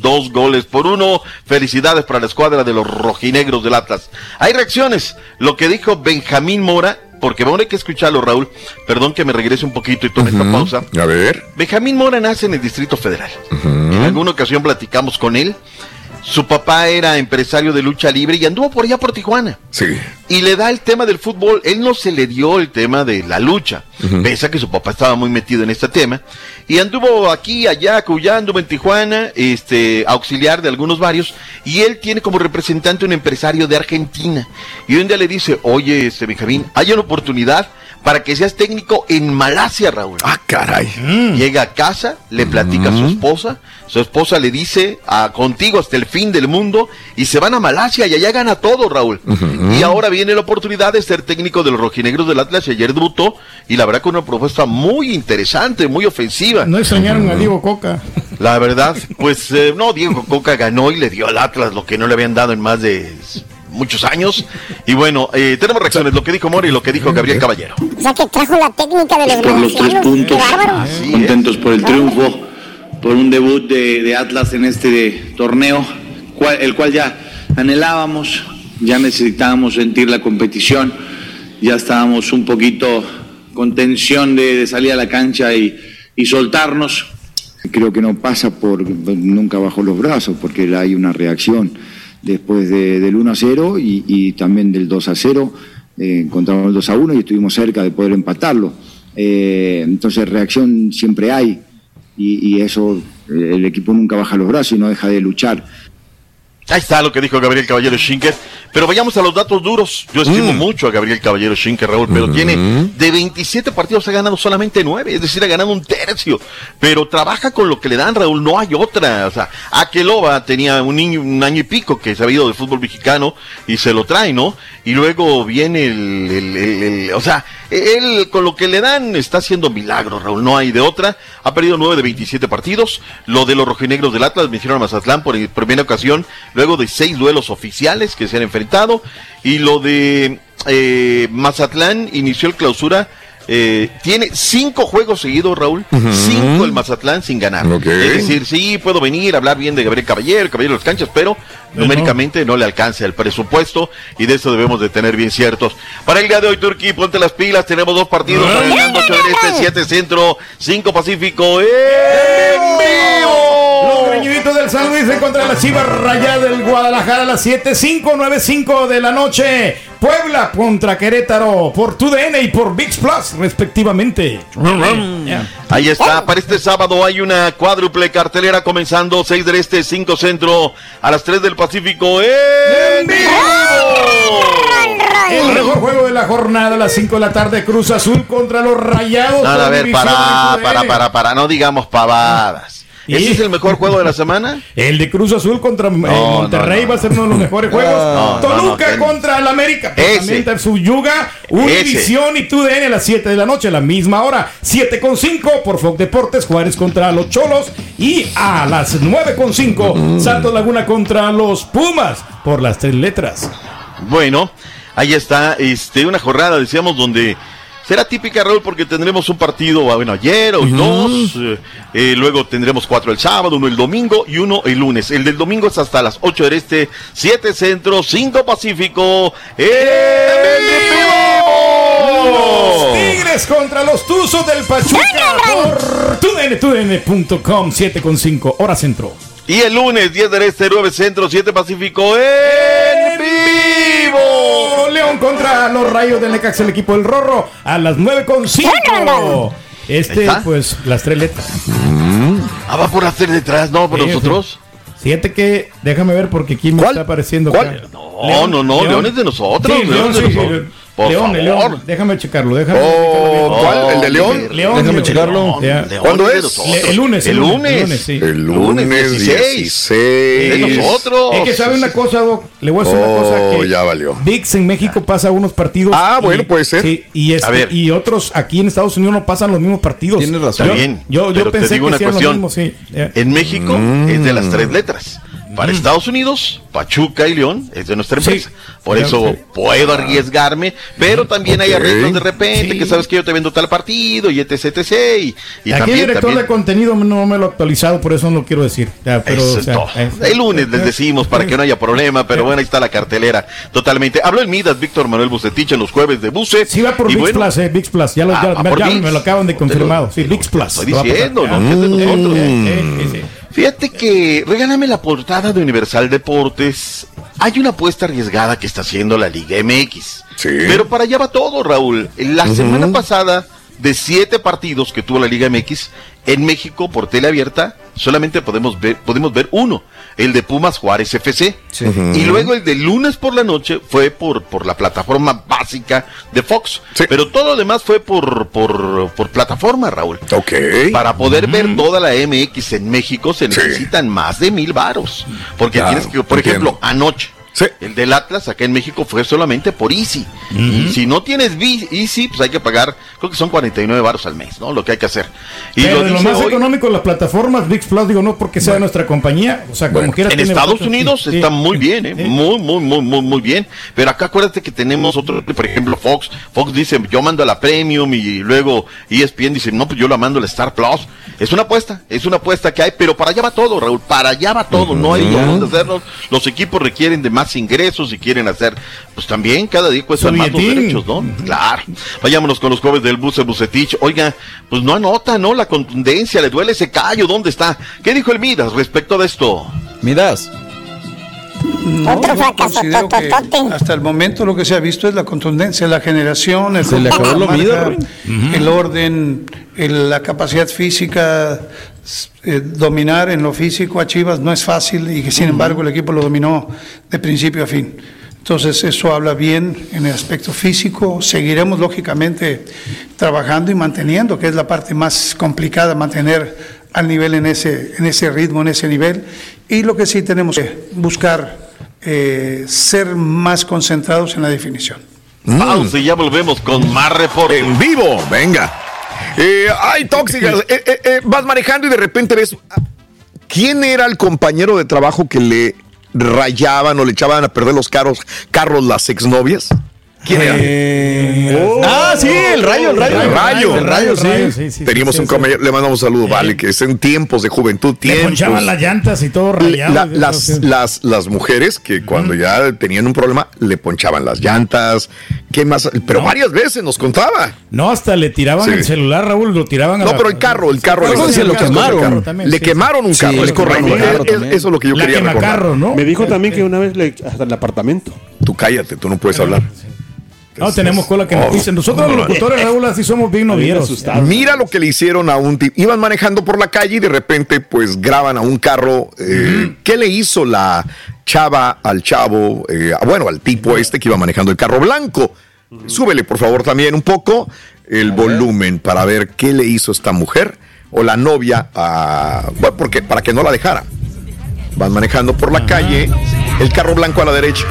2-1. Felicidades para la escuadra de los rojinegros del Atlas. Hay reacciones, lo que dijo Benjamín Mora, porque bueno, hay que escucharlo, Raúl. Perdón que me regrese un poquito y tome esta pausa. A ver. Benjamín Mora nace en el Distrito Federal. En alguna ocasión platicamos con él. Su papá era empresario de lucha libre y anduvo por allá por Tijuana. Sí. Y le da el tema del fútbol. Él no se le dio el tema de la lucha, pese a que su papá estaba muy metido en este tema. Y anduvo aquí, allá, acullá, anduvo en Tijuana, auxiliar de algunos varios. Y él tiene como representante un empresario de Argentina. Y un día le dice, oye, Benjamín, hay una oportunidad para que seas técnico en Malasia, Raúl. Ah, caray. Llega a casa, le platica a su esposa le dice, contigo hasta el fin del mundo, y se van a Malasia y allá gana todo, Raúl. Y ahora viene la oportunidad de ser técnico de los rojinegros del Atlas, y ayer debutó, y la verdad con una propuesta muy interesante, muy ofensiva. No extrañaron a Diego Coca. La verdad, pues no, Diego Coca ganó y le dio al Atlas lo que no le habían dado en más de muchos años. Y bueno, tenemos reacciones, lo que dijo Mori y lo que dijo Gabriel Caballero. O sea que trajo la técnica de los por los 3 puntos, contentos por el triunfo, por un debut de Atlas en este torneo, el cual ya anhelábamos, ya necesitábamos sentir la competición, ya estábamos un poquito con tensión de salir a la cancha y soltarnos. Creo que no pasa por nunca bajo los brazos, porque hay una reacción después del 1-0 y también del 2-0, encontramos el 2-1 y estuvimos cerca de poder empatarlo. Entonces reacción siempre hay y eso, el equipo nunca baja los brazos y no deja de luchar. Ahí está lo que dijo Gabriel Caballero Schinker. Pero vayamos a los datos duros. Yo estimo mucho a Gabriel Caballero Schinker, Raúl, pero tiene de 27 partidos ha ganado solamente 9, es decir, ha ganado un tercio. Pero trabaja con lo que le dan, Raúl, no hay otra. O sea, Aqueloba tenía un año y pico que se ha ido del fútbol mexicano y se lo trae, ¿no? Y luego viene o sea, él con lo que le dan está haciendo milagros, Raúl, no hay de otra. Ha perdido 9 de 27 partidos. Lo de los rojinegros del Atlas vencieron a Mazatlán por primera ocasión, luego de 6 duelos oficiales que se han enfrentado. Y lo de Mazatlán inició el clausura. Tiene 5 juegos seguidos, Raúl, 5 el Mazatlán sin ganar. Es decir, sí, puedo venir a hablar bien de Gabriel Caballero de las canchas, pero numéricamente no le alcanza el presupuesto y de eso debemos de tener bien ciertos. Para el día de hoy, Turquía, ponte las pilas, tenemos 2 partidos, 8 del Este, 7 Centro, 5 Pacífico, en vivo. Los Greñuditos del San Luis en contra de las Chivas Rayadas del Guadalajara a las 7:05, 9:05 de la noche. Puebla contra Querétaro por TUDN y por ViX Plus, respectivamente. Ahí está, para este sábado hay una cuádruple cartelera comenzando 6 del Este, 5 Centro, a las 3 del Pacífico, en vivo. El mejor juego de la jornada a las 5 de la tarde, Cruz Azul contra los Rayados. No, a ver, para, no digamos pavadas. ¿Ese es el mejor juego de la semana? El de Cruz Azul contra Monterrey va a ser uno de los mejores juegos. Toluca contra el América. También Subyuga, Univisión y TUDN a las 7 de la noche, a la misma hora. 7:05 por Fox Deportes, Juárez contra los Cholos. Y a las 9:05, Santos Laguna contra los Pumas por las 3 letras. Bueno, ahí está, una jornada, decíamos, donde será típica, Raúl, porque tendremos un partido, bueno, ayer, hoy 2, luego tendremos 4 el sábado, 1 el domingo y 1 el lunes. El del domingo es hasta las 8 del Este, 7 Centro, 5 Pacífico, Los Tigres contra los Tuzos del Pachuca por TUDN.com, 7:05, hora centro. Y el lunes, 10 del Este, 9 Centro, 7 Pacífico, en vivo. León contra los Rayos del Necaxa, el equipo del Rorro, a las 9:05. Pues, las 3 letras. Va por las 3 letras, ¿no? Por nosotros. Fíjate que, déjame ver porque aquí me está apareciendo. ¿Cuál? No, León es de nosotros. Sí, León, León, déjame checarlo. ¿Cuál? ¿El de León? Déjame checarlo. ¿Cuándo es? El lunes. El lunes 16. De nosotros. Es que sabe una cosa, Doc. Le voy a decir una cosa que ya valió. ViX en México pasa unos partidos. Bueno, puede ser. Sí, y otros aquí en Estados Unidos no pasan los mismos partidos. Tienes razón. Está bien. Yo pensé que hacían lo mismo, sí. En México es de las 3 letras. Para Estados Unidos, Pachuca y León es de nuestra empresa. Por eso puedo arriesgarme, pero también hay arreglos de repente, que sabes que yo te vendo tal partido y etc. Y aquí el director de contenido no me lo ha actualizado, por eso no lo quiero decir. El lunes les decimos para que no haya problema, pero bueno, ahí está la cartelera totalmente. Habló el Midas, Víctor Manuel Bucetich en los jueves de Buce. Sí, va por ViX Plus, ViX Plus. Ya me lo acaban de confirmar. Sí, ViX Plus. Estoy diciendo, ¿no? Que es de nosotros. Fíjate que, regálame la portada de Universal Deportes. Hay una apuesta arriesgada que está haciendo la Liga MX. Sí. Pero para allá va todo, Raúl. La semana pasada de 7 partidos que tuvo la Liga MX, en México por tele abierta solamente podemos ver uno, el de Pumas Juárez FC. Sí. Y luego el de lunes por la noche fue por la plataforma básica de Fox. Sí. Pero todo lo demás fue por plataforma, Raúl. Ok. Para poder ver toda la MX en México se necesitan más de 1,000 varos. Porque tienes que, por ejemplo, anoche. Sí. El del Atlas acá en México fue solamente por Easy. Y si no tienes Easy, pues hay que pagar, creo que son 49 varos al mes, ¿no? Lo que hay que hacer. Y pero lo más económico, las plataformas ViX Plus, digo, no porque sea de nuestra compañía, o sea, como quiera. En Estados Unidos está muy bien, muy bien. Pero acá acuérdate que tenemos otro, por ejemplo, Fox. Fox dice, yo mando a la Premium, y luego ESPN dice, no, pues yo la mando a la Star Plus. Es una apuesta que hay, pero para allá va todo, Raúl, para allá va todo. No hay dónde hacerlo. Los equipos requieren de más ingresos y quieren hacer, pues también cada día cuestan más los derechos, ¿no? Claro. Vayámonos con los jóvenes del Bucetich. Oiga, pues no anota, ¿no? La contundencia, le duele ese callo, ¿dónde está? ¿Qué dijo el Midas respecto de esto? Midas. No, otro fracaso, hasta el momento lo que se ha visto es la contundencia, la generación, el orden, la capacidad física, dominar en lo físico a Chivas no es fácil y que sin embargo el equipo lo dominó de principio a fin. Entonces eso habla bien en el aspecto físico. Seguiremos lógicamente trabajando y manteniendo, que es la parte más complicada, mantener al nivel en ese ritmo, en ese nivel. Y lo que sí tenemos que buscar ser más concentrados en la definición. Pausa y ya volvemos con más reportes. En vivo, venga. Hay tóxicas. Vas manejando y de repente ves. ¿Quién era el compañero de trabajo que le rayaban o le echaban a perder los carros las exnovias? ¿Quién era? Sí, el Rayo, sí. Teníamos un compañero, le mandamos un saludo, vale, que es en tiempos de juventud, le ponchaban las llantas y todo rayado. Las mujeres que cuando ya tenían un problema, le ponchaban las llantas, ¿qué más? Pero varias veces nos contaba. No, hasta le tiraban el celular, Raúl, lo tiraban pero el carro. Se lo quemaron. Le quemaron un carro, es correcto. Eso es lo que yo quería recordar. ¿No? Me dijo también que una vez hasta el apartamento. Tú cállate, tú no puedes hablar. No, tenemos cola que nos dicen. Nosotros los locutores, Raúl, así somos bien novieros. Mira lo que le hicieron a un tipo. Iban manejando por la calle y de repente, pues, graban a un carro. ¿Qué le hizo la chava al chavo? Al tipo que iba manejando el carro blanco. Súbele, por favor, también un poco el volumen para ver qué le hizo esta mujer o la novia porque para que no la dejara. Van manejando por la calle, el carro blanco a la derecha.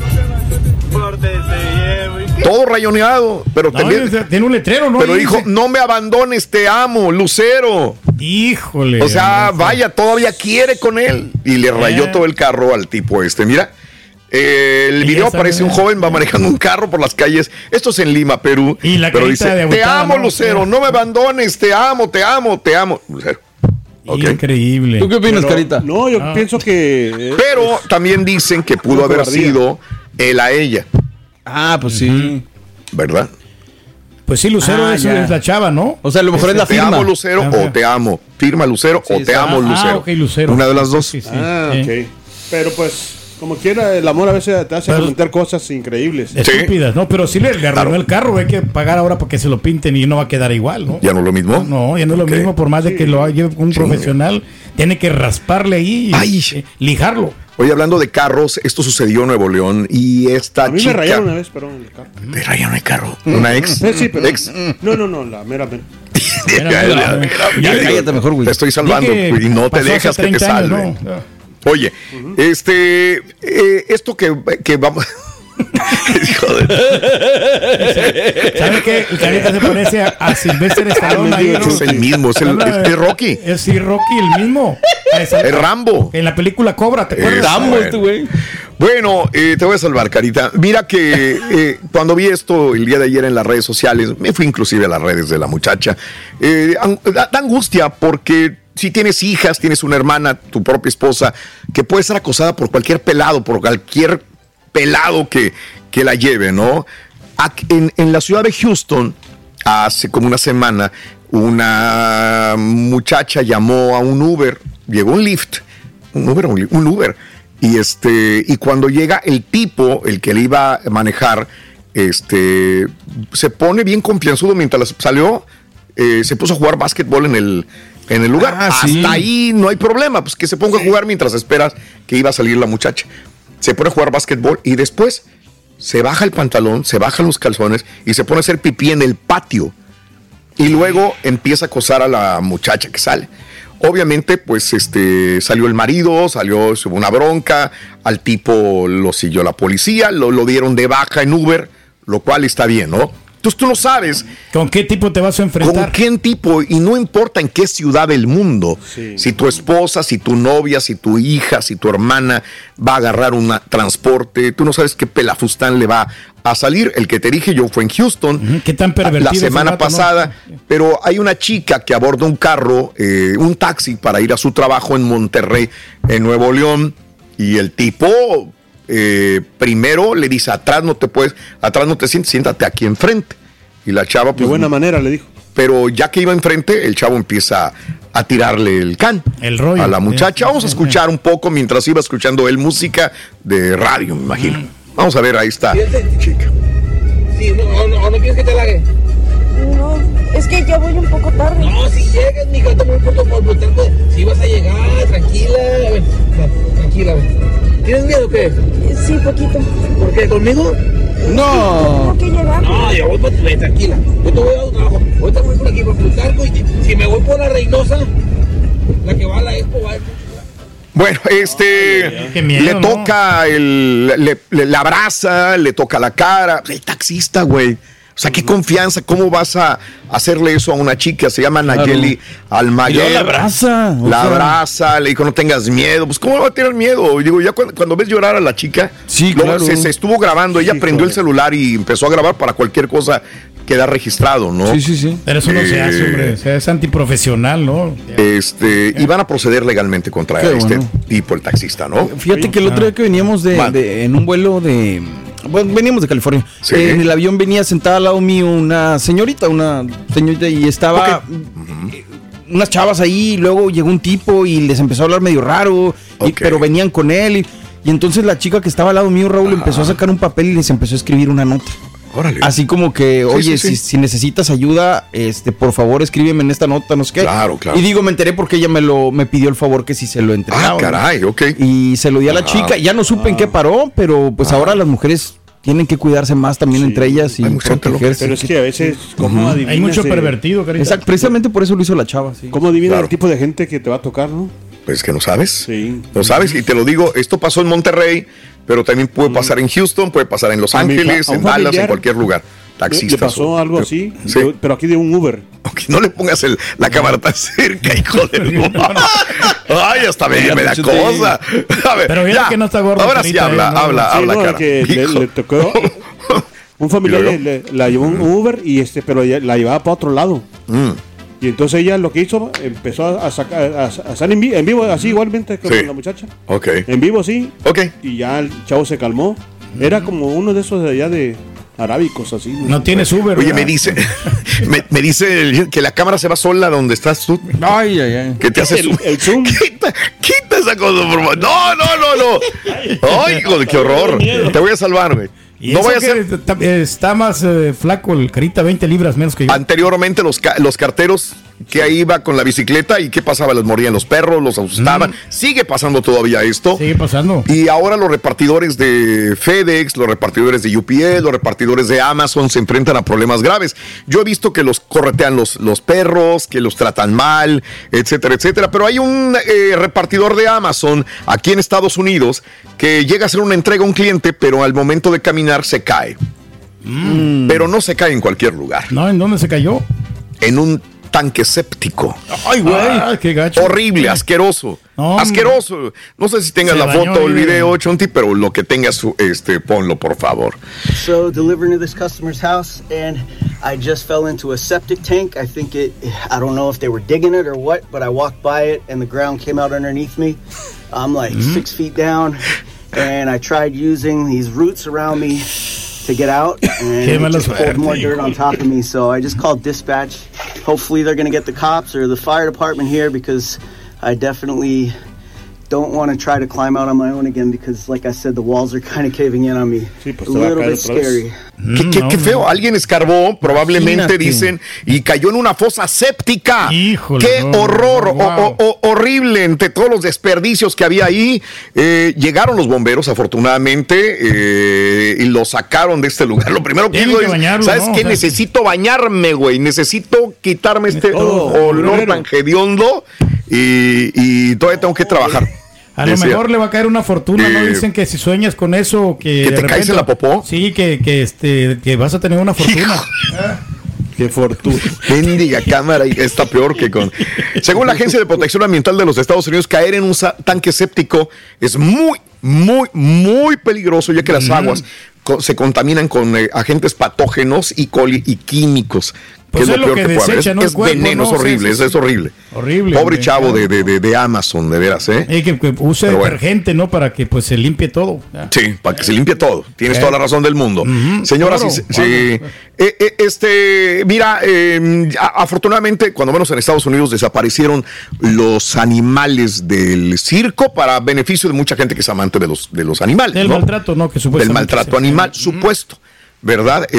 Todo rayoneado, pero también tiene un letrero, ¿no? Pero dijo, no me abandones, te amo, Lucero. Híjole. O sea, vaya, todavía quiere con él. Y le rayó todo el carro al tipo Mira, el video aparece un joven, va manejando un carro por las calles. Esto es en Lima, Perú. Y la pero dice, te amo, Lucero, no me abandones, te amo. Lucero. Okay. Increíble. ¿Tú qué opinas, Carita? No, yo pienso que... Pero también dicen que pudo haber sido él a ella. Pues sí. ¿Verdad? Pues sí, Lucero es la chava, ¿no? O sea, a lo mejor es la firma. Te amo, Lucero, o te amo. Firma, Lucero, o te amo, Lucero. Okay, Lucero. Una de las dos. Sí. Okay. Pero pues, como quiera, el amor a veces te hace comentar cosas increíbles. Estúpidas, ¿no? Pero sí le arruinó el carro. Hay que pagar ahora para que se lo pinten y no va a quedar igual, ¿no? ¿Ya no es lo mismo? No, ya no es lo mismo. Por más de que lo lleve un profesional, tiene que rasparle ahí y lijarlo. Oye, hablando de carros, esto sucedió en Nuevo León y esta chica... A mí me rayaron una vez, pero en el carro. ¿Te rayaron el carro? ¿Una ex? Sí, pero... ¿Ex? No, la mera. Ya cállate mejor, güey. Te estoy salvando y no te dejas que te salve. Oye, esto que vamos... ¿Sabe qué? El Carita se parece a Sylvester Stallone ahí, ¿no? Es el mismo, es Rocky. Es Rocky el mismo. Es Rambo. En la película Cobra, ¿te acuerdas? Rambo, güey. Bueno, te voy a salvar, Carita. Mira que cuando vi esto el día de ayer en las redes sociales, me fui inclusive a las redes de la muchacha, da angustia porque si tienes hijas, tienes una hermana, tu propia esposa, que puede ser acosada por cualquier pelado, que la lleve, ¿no? En la ciudad de Houston, hace como una semana, una muchacha llamó a un Uber, llegó un Uber, y cuando llega el tipo, el que le iba a manejar, se pone bien confianzudo mientras salió, se puso a jugar básquetbol en el lugar. Hasta ahí no hay problema, pues que se ponga a jugar mientras esperas que iba a salir la muchacha. Se pone a jugar básquetbol y después se baja el pantalón, se bajan los calzones y se pone a hacer pipí en el patio. Y luego empieza a acosar a la muchacha que sale. Obviamente, pues, salió el marido, hubo una bronca, al tipo lo siguió la policía, lo dieron de baja en Uber, lo cual está bien, ¿no? Entonces tú no sabes ¿con qué tipo te vas a enfrentar? ¿Con qué tipo? Y no importa en qué ciudad del mundo. Sí. Si tu esposa, si tu novia, si tu hija, si tu hermana va a agarrar un transporte, tú no sabes qué pelafustán le va a salir. El que te dije yo fue en Houston. ¿Qué tan pervertido la semana pasada? ¿No? Pero hay una chica que aborda un carro, un taxi para ir a su trabajo en Monterrey, en Nuevo León, y el tipo... primero le dice, atrás no te sientes, siéntate aquí enfrente. Y la chava, pues, de buena manera le dijo. Pero ya que iba enfrente, el chavo empieza a tirarle el rollo a la muchacha. Vamos a escuchar un poco mientras iba escuchando él música de radio, me imagino. Vamos a ver, ahí está. Chica. Sí, no quieres que te lague. No, es que ya voy un poco tarde. No, si llegas, mija, te muy por tanto. Si vas a llegar, tranquila. A ver, tranquila, a ver. ¿Tienes miedo o qué? Sí, poquito. ¿Por qué? ¿Conmigo? No. ¿Por qué llegar? No, yo voy por tu vez, tranquila. Yo te voy a dar un trabajo. Ahorita voy por aquí, por Plutarco, y si me voy por la Reynosa, la que va a la Expo, va a... Bueno, miedo, le toca, le abraza, le toca la cara. El taxista, güey. O sea, qué confianza, ¿cómo vas a hacerle eso a una chica? Se llama Nayeli Almaguer. La abraza. La abraza, le dijo, no tengas miedo. Pues, ¿cómo va a tener miedo? Digo, ya cuando ves llorar a la chica, sí, claro. se estuvo grabando, ella prendió el celular y empezó a grabar para cualquier cosa queda registrado, ¿no? Sí. Pero eso no se hace, hombre. O sea, es antiprofesional, ¿no? Y van a proceder legalmente contra tipo, el taxista, ¿no? Fíjate que el otro día que veníamos en un vuelo de... Bueno, veníamos de California. Sí. En el avión venía sentada al lado mío una señorita y estaba unas chavas ahí, y luego llegó un tipo y les empezó a hablar medio raro, pero venían con él y entonces la chica que estaba al lado mío, Raúl, empezó a sacar un papel y les empezó a escribir una nota. Órale. Así como que, oye, si necesitas ayuda, por favor escríbeme en esta nota, no sé qué. Claro. Y digo, me enteré porque ella me pidió el favor que si se lo entregaba. Caray, ok. Y se lo di a la chica, ya no supe en qué paró, pero pues ahora las mujeres tienen que cuidarse más también entre ellas y protegerse. Pero es que a veces, ¿cómo adivinas? Hay mucho pervertido, cariño. Exacto, precisamente por eso lo hizo la chava. Sí. ¿Cómo adivinas el tipo de gente que te va a tocar, no? Pues que no sabes. Sí. No sabes, y te lo digo, esto pasó en Monterrey, pero también puede pasar en Houston, puede pasar en Los Ángeles, en Dallas, en cualquier lugar. Taxistas. ¿Le pasó algo así? Sí. Pero aquí de un Uber. Okay, no le pongas la cámara tan cerca, hijo de... Ay, hasta me da cosa. A ver, pero mira que no está gordo. Ahora sí habla, cara. Que le tocó... Un familiar la llevó un Uber, pero la llevaba para otro lado. Y entonces ella lo que hizo, empezó a hacer en vivo, así igualmente con la muchacha. En vivo, sí. Y ya el chavo se calmó. Era como uno de esos de allá de... arábicos así. No tienes Uber. Oye, me dice que la cámara se va sola donde estás tú. Ay. ¿Qué te hace el zoom? Quita esa cosa, por favor. No. Ay, hijo de qué horror. Te voy a salvar, güey. Y no vaya a ser... está más flaco el carita, 20 libras menos que yo. Anteriormente los carteros que ahí iba con la bicicleta y qué pasaba, les morían los perros, los asustaban. Sigue pasando todavía esto. Sigue pasando. Y ahora los repartidores de FedEx, los repartidores de UPS, los repartidores de Amazon se enfrentan a problemas graves. Yo he visto que los corretean los perros, que los tratan mal, etcétera. Pero hay un repartidor de Amazon aquí en Estados Unidos que llega a hacer una entrega a un cliente, pero al momento de caminar se cae. Pero no se cae en cualquier lugar. No, ¿en dónde se cayó? En un tanque séptico. Ay, güey, qué gacho. Horrible, asqueroso. Asqueroso. No sé si tengas la foto o el video, Chonti, pero lo que tengas, ponlo, por favor. So, delivering to this customer's house, and I just fell into a septic tank. I don't know if they were digging it or what, but I walked by it, and the ground came out underneath me. I'm like 6 feet down, and I tried using these roots around me to get out, and it just pulled more dirt on top of me. So I just called dispatch. Hopefully they're going to get the cops or the fire department here, because I definitely don't want to try to climb out on my own again because, like I said, the walls are kind of caving in on me. Sí, pues a little bit scary. Qué feo. Alguien escarbó, probablemente dicen, y cayó en una fosa séptica. Híjole, qué horror, horrible. Entre todos los desperdicios que había ahí, llegaron los bomberos, afortunadamente, y lo sacaron de este lugar. Lo primero que digo es, ¿sabes qué? Necesito bañarme, güey. Necesito quitarme este olor tan hediondo y todavía tengo que trabajar. A lo mejor le va a caer una fortuna, ¿no? Dicen que si sueñas con eso, que te caes en la popó. Sí, que vas a tener una fortuna. Qué fortuna. Bendiga cámara, y está peor que con... Según la Agencia de Protección Ambiental de los Estados Unidos, caer en un tanque séptico es muy, muy, muy peligroso, ya que las aguas se contaminan con agentes patógenos y químicos. Que Pues es lo peor que puede haber. Es veneno, es horrible, es horrible. Horrible. Pobre chavo de Amazon, de veras, ¿eh? Que use detergente, ¿no? Para que pues se limpie todo. Sí, para que se limpie todo. Tienes toda la razón del mundo. Señoras, claro, mira, afortunadamente, cuando menos en Estados Unidos desaparecieron los animales del circo para beneficio de mucha gente que es amante de los animales. Del maltrato, ¿no? Que supuestamente del maltrato animal, supuesto. ¿Verdad?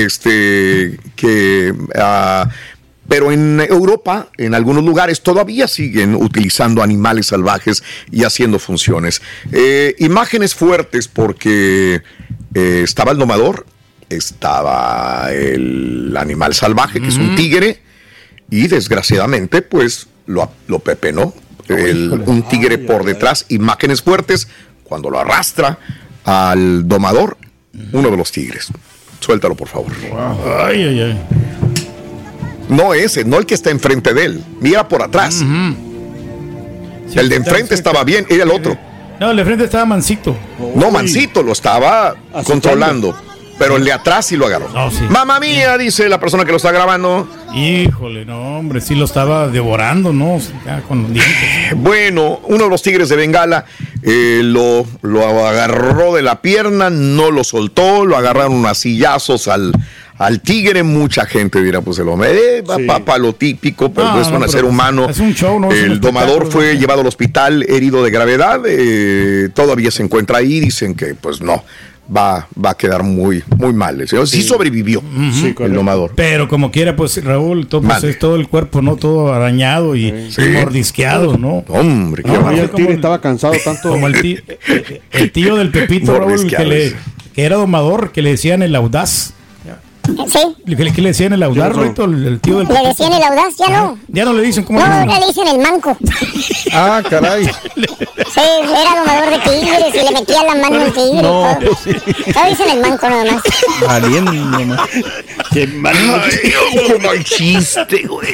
Pero en Europa, en algunos lugares, todavía siguen utilizando animales salvajes y haciendo funciones. Imágenes fuertes porque estaba el domador, estaba el animal salvaje, que es un tigre, y desgraciadamente, pues, lo pepenó. Un tigre por detrás, imágenes fuertes, cuando lo arrastra al domador, uno de los tigres. Suéltalo, por favor. Ay, ay, ay. No ese, no el que está enfrente de él. Mira por atrás. Sí, el de enfrente estaba bien, era el otro. No, el de enfrente estaba mansito. No, mansito, lo estaba controlando. Pero el de atrás sí lo agarró. No, sí. Mamá mía, dice la persona que lo está grabando. Híjole, no, hombre, sí lo estaba devorando, ¿no? Ya con los dientes. Bueno, uno de los tigres de Bengala lo agarró de la pierna, no lo soltó, lo agarraron a sillazos al tigre. Mucha gente dirá, pues el hombre, papá, lo típico, pero no es un ser humano. Es un show, ¿no? El domador fue llevado al hospital herido de gravedad, todavía se encuentra ahí, dicen que pues no. Va a quedar muy, muy mal. Sí sobrevivió el domador. Pero como quiera, pues Raúl, es todo el cuerpo, ¿no? Todo arañado y mordisqueado, ¿no? Hombre, el tigre estaba cansado tanto. Como el tío del Pepito, Raúl, que era domador, que le decían el audaz. Sí. ¿Qué le decían el audaz, Rito? El tío del Pepito. Le decían el audaz, ya no. Ya no le dicen, ¿cómo? No, le dicen el manco. Ah, caray. Sí, era domador de tigres y le metía la mano al tigre. No, sí. No dicen el manco nada más. Valiendo nomás. Qué mal chiste, güey.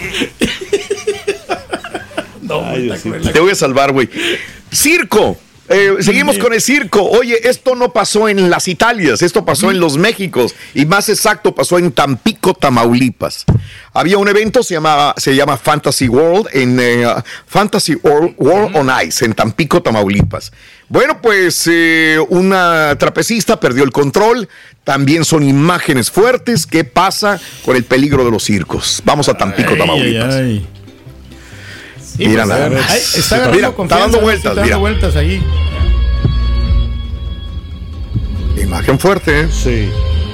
No, te voy a salvar, güey. Circo. Seguimos con el circo. Oye, esto no pasó en las Italias, esto pasó en los Méxicos, y más exacto pasó en Tampico, Tamaulipas. Había un evento, se llama Fantasy World, Fantasy World on Ice, en Tampico, Tamaulipas. Bueno, pues una trapecista perdió el control. También son imágenes fuertes. ¿Qué pasa con el peligro de los circos? Vamos a Tampico, Tamaulipas. Sí, mira, pues, nada más. Está dando vueltas, está dando vueltas ahí. Imagen fuerte, ¿eh? Sí.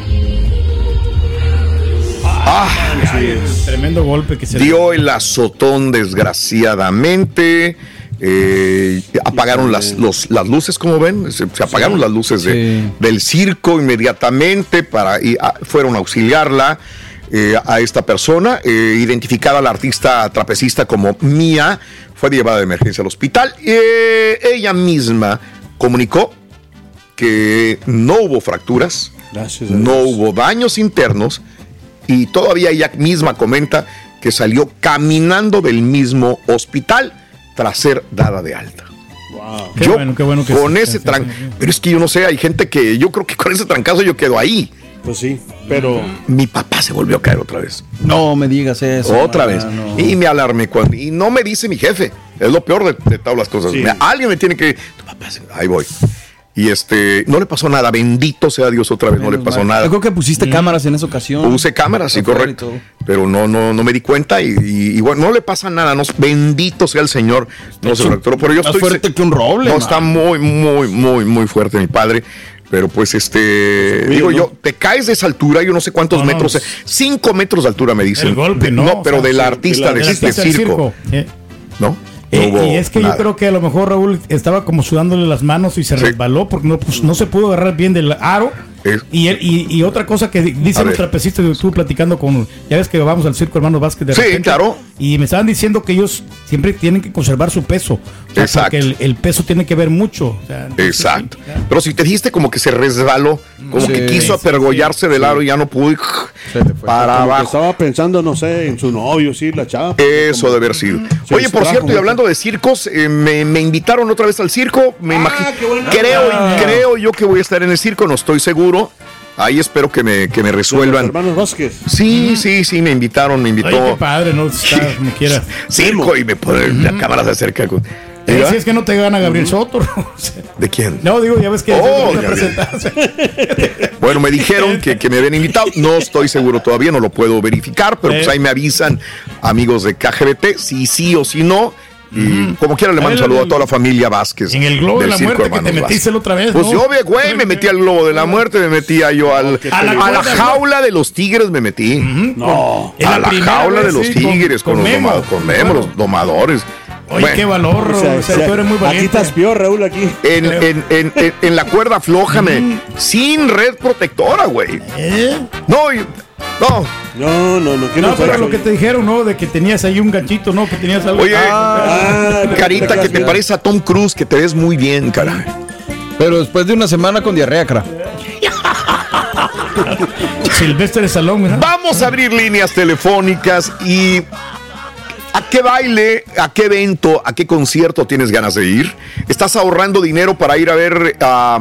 Tremendo golpe que se dio el azotón, desgraciadamente. Apagaron las luces, como ven, se apagaron las luces del circo inmediatamente fueron a auxiliarla. A esta persona, identificada la artista trapecista como Mía, fue llevada de emergencia al hospital. Ella misma comunicó que no hubo fracturas, no hubo daños internos, y todavía ella misma comenta que salió caminando del mismo hospital tras ser dada de alta. Wow. Qué bueno que con ese trancazo, pero es que yo no sé, hay gente que yo creo que con ese trancazo yo quedo ahí. Pues sí, pero... Mi papá se volvió a caer otra vez. No me digas eso. Otra vez. No. Y me alarmé y no me dice mi jefe. Es lo peor de todas las cosas. Sí. Alguien me tiene que... Tu papá ahí voy. Y no le pasó nada, bendito sea Dios, otra vez no le pasó nada. Yo creo que pusiste cámaras en esa ocasión. Puse cámaras, sí, correcto. Pero no me di cuenta y bueno, no le pasa nada, bendito sea el Señor. No se fracturó, pero yo estoy fuerte que un roble. No, está muy fuerte mi padre. Pero pues digo yo, te caes de esa altura, yo no sé cuántos metros, 5 metros de altura me dicen. El golpe, no, pero del artista de circo. ¿No? Y es que nada. Yo creo que a lo mejor Raúl estaba como sudándole las manos y se resbaló porque no se pudo agarrar bien del aro. Y otra cosa que dicen los trapecistas, yo estuve platicando ya ves que vamos al circo Hermanos Vázquez de repente, claro. Y me estaban diciendo que ellos siempre tienen que conservar su peso. Exacto. Porque el peso tiene que ver mucho. Exacto. Pero si te dijiste como que se resbaló, como que quiso apergollarse del aro y ya no pudo. Para abajo. Estaba pensando, no sé, en su novio, sí, la chava. Eso debe haber sido. Oye, por cierto, y hablando de circos, me invitaron otra vez al circo. Me imagino. Creo yo que voy a estar en el circo, no estoy seguro. Ahí espero que me resuelvan. Hermanos Vázquez. Sí, me invitó. Oye, qué padre, ¿no? Como quieras. Circo y me ponen la cámara se acerca. Si es que no te gana Gabriel Soto. ¿De quién? No, digo, ya ves que Bueno, me dijeron que me habían invitado. No estoy seguro todavía, no lo puedo verificar, pero pues ahí me avisan amigos de KGBT, si sí o si no. Y como quiera le mando un saludo a toda la familia Vázquez. En el globo de la muerte que te metiste la otra vez, pues yo, güey, me metí al globo de la muerte, me metí a la jaula de los tigres me metí. No. A la jaula de los tigres con Memo, los domadores. Oye, bueno, qué valor, o sea, tú eres muy valiente. Aquí estás peor, Raúl, aquí. En la cuerda floja, sin red protectora, güey. No, pero lo que te dijeron, ¿no? De que tenías ahí un ganchito, ¿no? Que tenías algo. Oye, carita, que te parece a Tom Cruise, que te ves muy bien, caray. Pero después de una semana con diarrea, cara. Silvestre Salón, ¿verdad? Vamos a abrir líneas telefónicas y... ¿A qué baile, a qué evento, a qué concierto tienes ganas de ir? ¿Estás ahorrando dinero para ir a ver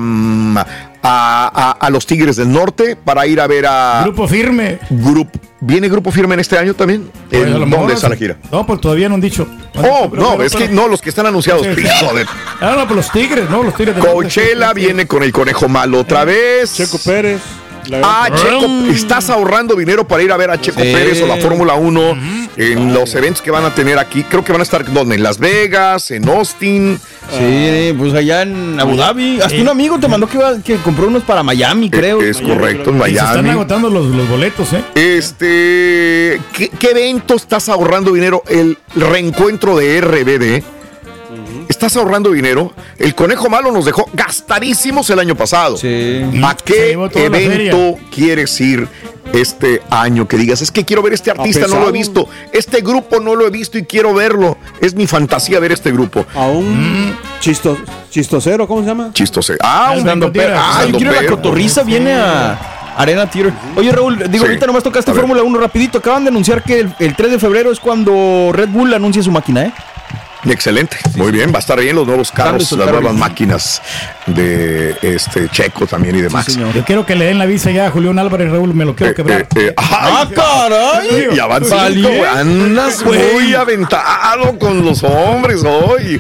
a los Tigres del Norte? ¿Para ir a ver a... Grupo Firme? ¿Viene Grupo Firme en este año también? Pues ¿Dónde está la gira? No, pues todavía no han dicho. Los que están anunciados. Joder. Pues los Tigres, ¿no? Los Tigres del Coachella viene con el Conejo Malo otra vez. Checo Pérez. Checo, estás ahorrando dinero para ir a ver a Checo Pérez o la Fórmula 1 en los eventos que van a tener aquí. Creo que van a estar ¿dónde? En Las Vegas, en Austin. Sí, pues allá en Abu Dhabi. Hasta un amigo te mandó que compró unos para Miami, creo. Es correcto, en Miami. Se están agotando los boletos, ¿Qué evento estás ahorrando dinero? El reencuentro de RBD. ¿Estás ahorrando dinero? El Conejo Malo nos dejó gastadísimos el año pasado. Sí. ¿A qué evento quieres ir este año? Que digas, es que quiero ver este artista, no lo he visto. Este grupo no lo he visto y quiero verlo. Es mi fantasía ver este grupo. A un chistosero, ¿cómo se llama? Chistosero. Un stand-upero. Yo quiero la cotorriza, viene a Arena Theater. Oye, Raúl, ahorita nomás tocaste Fórmula 1 rapidito. Acaban de anunciar que el 3 de febrero es cuando Red Bull anuncia su máquina, Excelente, muy bien, va a estar bien los nuevos carros, las nuevas máquinas de Checo también y demás. Sí, yo quiero que le den la visa ya a Julián Álvarez, Raúl, me lo quiero quebrar. ¡Caray! Y avanza, andas muy aventado con los hombres hoy.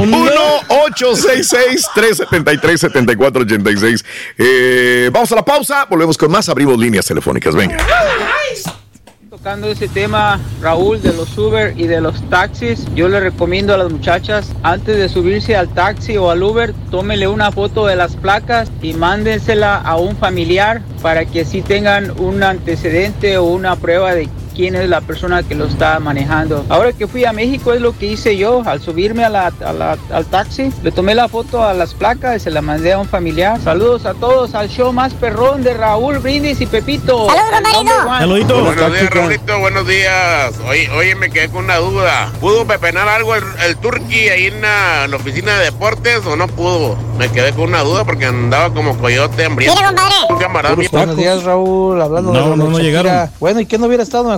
1-866-373-7486. Vamos a la pausa, volvemos con más, abrimos líneas telefónicas, venga. Tocando ese tema, Raúl, de los Uber y de los taxis, yo le recomiendo a las muchachas, antes de subirse al taxi o al Uber, tómele una foto de las placas y mándensela a un familiar para que así tengan un antecedente o una prueba de quién es la persona que lo está manejando. Ahora que fui a México es lo que hice yo, al subirme al taxi, le tomé la foto a las placas y se la mandé a un familiar. Saludos a todos al show más perrón de Raúl Brindis y Pepito. Saluditos. Buenos días, Raulito, buenos días. Oye, me quedé con una duda. ¿Pudo pepenar algo el Turqui ahí en la oficina de deportes o no pudo? Me quedé con una duda porque andaba como coyote hambriento. Mira, compadre. Un camarada. Buenos días, Raúl, hablando de no llegaron. Bueno, ¿y qué no hubiera estado mejor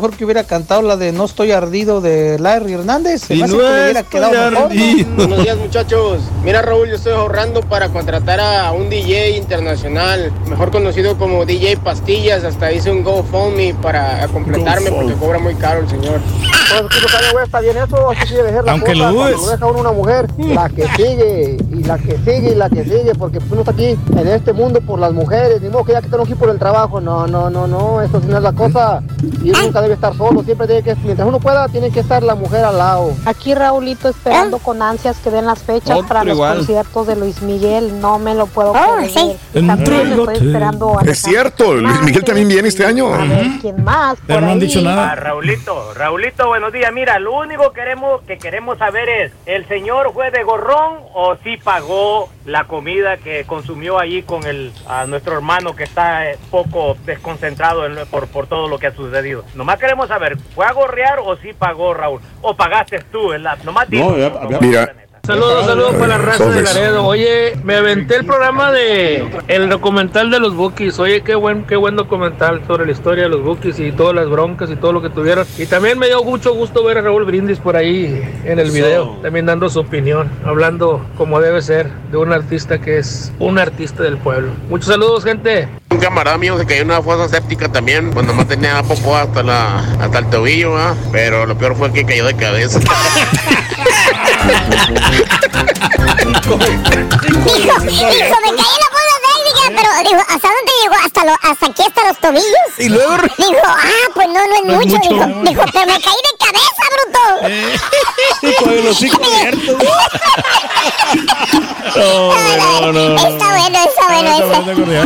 mejor que hubiera cantado la de No estoy ardido de Larry Hernández. Se me hace que le hubiera quedado mejor, ¿no? Buenos días, muchachos. Mira, Raúl, yo estoy ahorrando para contratar a un DJ internacional, mejor conocido como DJ Pastillas. Hasta hice un GoFundMe para completarme porque cobra muy caro el señor. Pues Kanye West, está bien eso, así sigue dejar la Aunque cosa, lo dudes. cuando lo deja uno una mujer, la que sigue, y la que sigue, y la que sigue, porque uno está aquí en este mundo por las mujeres, ni modo que ya que están aquí por el trabajo, no, eso sí no es la cosa, y uno nunca debe estar solo, siempre tiene que, mientras uno pueda, tiene que estar la mujer al lado. Aquí Raulito esperando con ansias que den las fechas para los conciertos de Luis Miguel, no me lo puedo creer. También estoy esperando a Es cierto, Luis Miguel también viene este año. a ver quién más. Pero no han dicho nada. Raulito, buenos días. Mira, lo único que queremos saber es, ¿el señor fue de gorrón o sí pagó la comida que consumió allí con a nuestro hermano que está poco desconcentrado por todo lo que ha sucedido? Nomás queremos saber, ¿fue a gorrear o sí pagó, Raúl? ¿O pagaste tú? Nomás digo. Mira. Saludos para la raza de Laredo. Oye, me aventé el programa el documental de los Bukis. Oye, qué buen documental sobre la historia de los Bukis y todas las broncas y todo lo que tuvieron. Y también me dio mucho gusto ver a Raúl Brindis por ahí en el video, también dando su opinión, hablando como debe ser de un artista que es un artista del pueblo. Muchos saludos, gente. Un camarada mío se cayó en una fosa séptica también, cuando más tenía popó hasta el tobillo, ¿eh? Pero lo peor fue que cayó de cabeza. Dijo, me caí en la bola de pero dijo, ¿hasta dónde llegó? ¿Hasta aquí, hasta los tobillos? Y luego dijo, pues no es mucho. Dijo, pero me caí de cabeza, bruto. Con el hocico abierto. No. Está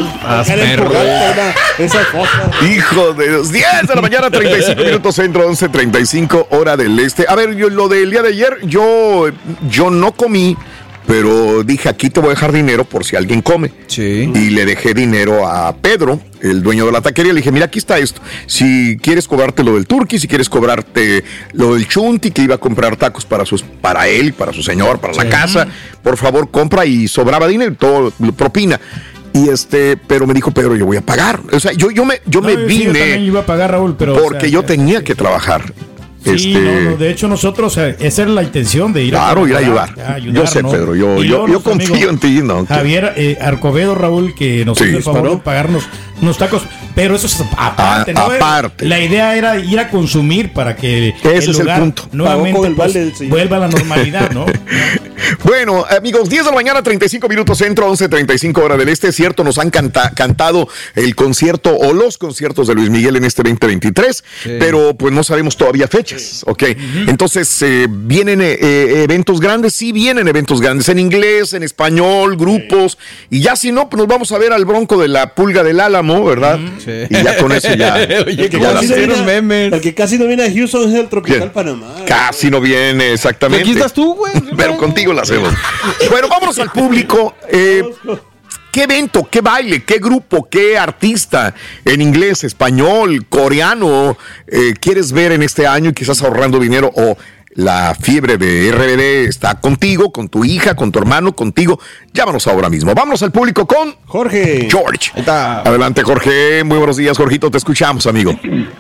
bueno eso. Hijo de Dios. 10 de la mañana, 35 minutos centro, 11:35 hora del este. A ver, lo del día de ayer, yo no comí, pero dije, aquí te voy a dejar dinero por si alguien come. Sí. Y le dejé dinero a Pedro, el dueño de la taquería. Le dije, mira, aquí está esto. Si quieres cobrarte lo del turqui, si quieres cobrarte lo del chunti, que iba a comprar tacos para él, para su señor, para la casa, por favor, compra. Y sobraba dinero, todo, propina. Y pero me dijo, Pedro, yo voy a pagar. O sea, yo me vine. Yo también iba a pagar, Raúl, pero. Porque yo tenía que trabajar. Sí, de hecho nosotros, esa era la intención de ir a ayudar. Yo sé, ¿no? Pedro, yo confío en ti. ¿No? Javier Arcobedo, Raúl, que nos hizo el favor de pagarnos unos tacos, pero eso es aparte, ¿no? Aparte. La idea era ir a consumir para que ese el lugar es el punto. Nuevamente vuelva a la normalidad, ¿no? Bueno, amigos, 10 de la mañana, 35 minutos centro, 11:35 hora del este. Es cierto, nos han cantado el concierto o los conciertos de Luis Miguel en este 2023, pero pues no sabemos todavía fechas, ¿ok? Entonces, ¿vienen eventos grandes? Sí, vienen eventos grandes en inglés, en español, grupos, y ya si no, pues nos vamos a ver al Bronco de la Pulga del Álamo, ¿verdad? Y ya con eso ya. Oye, el que casi no viene a Houston es el Tropical Panamá. Casi no viene, exactamente. ¿Y aquí estás tú, güey? Pero contigo la hacemos. Bueno, vámonos al público. ¿Qué evento, qué baile, qué grupo, qué artista en inglés, español, coreano quieres ver en este año y quizás ahorrando dinero o la fiebre de RBD está contigo, con tu hija, con tu hermano, contigo? Llámanos ahora mismo. Vámonos al público con Jorge. George. Adelante, Jorge. Muy buenos días, Jorgito. Te escuchamos, amigo.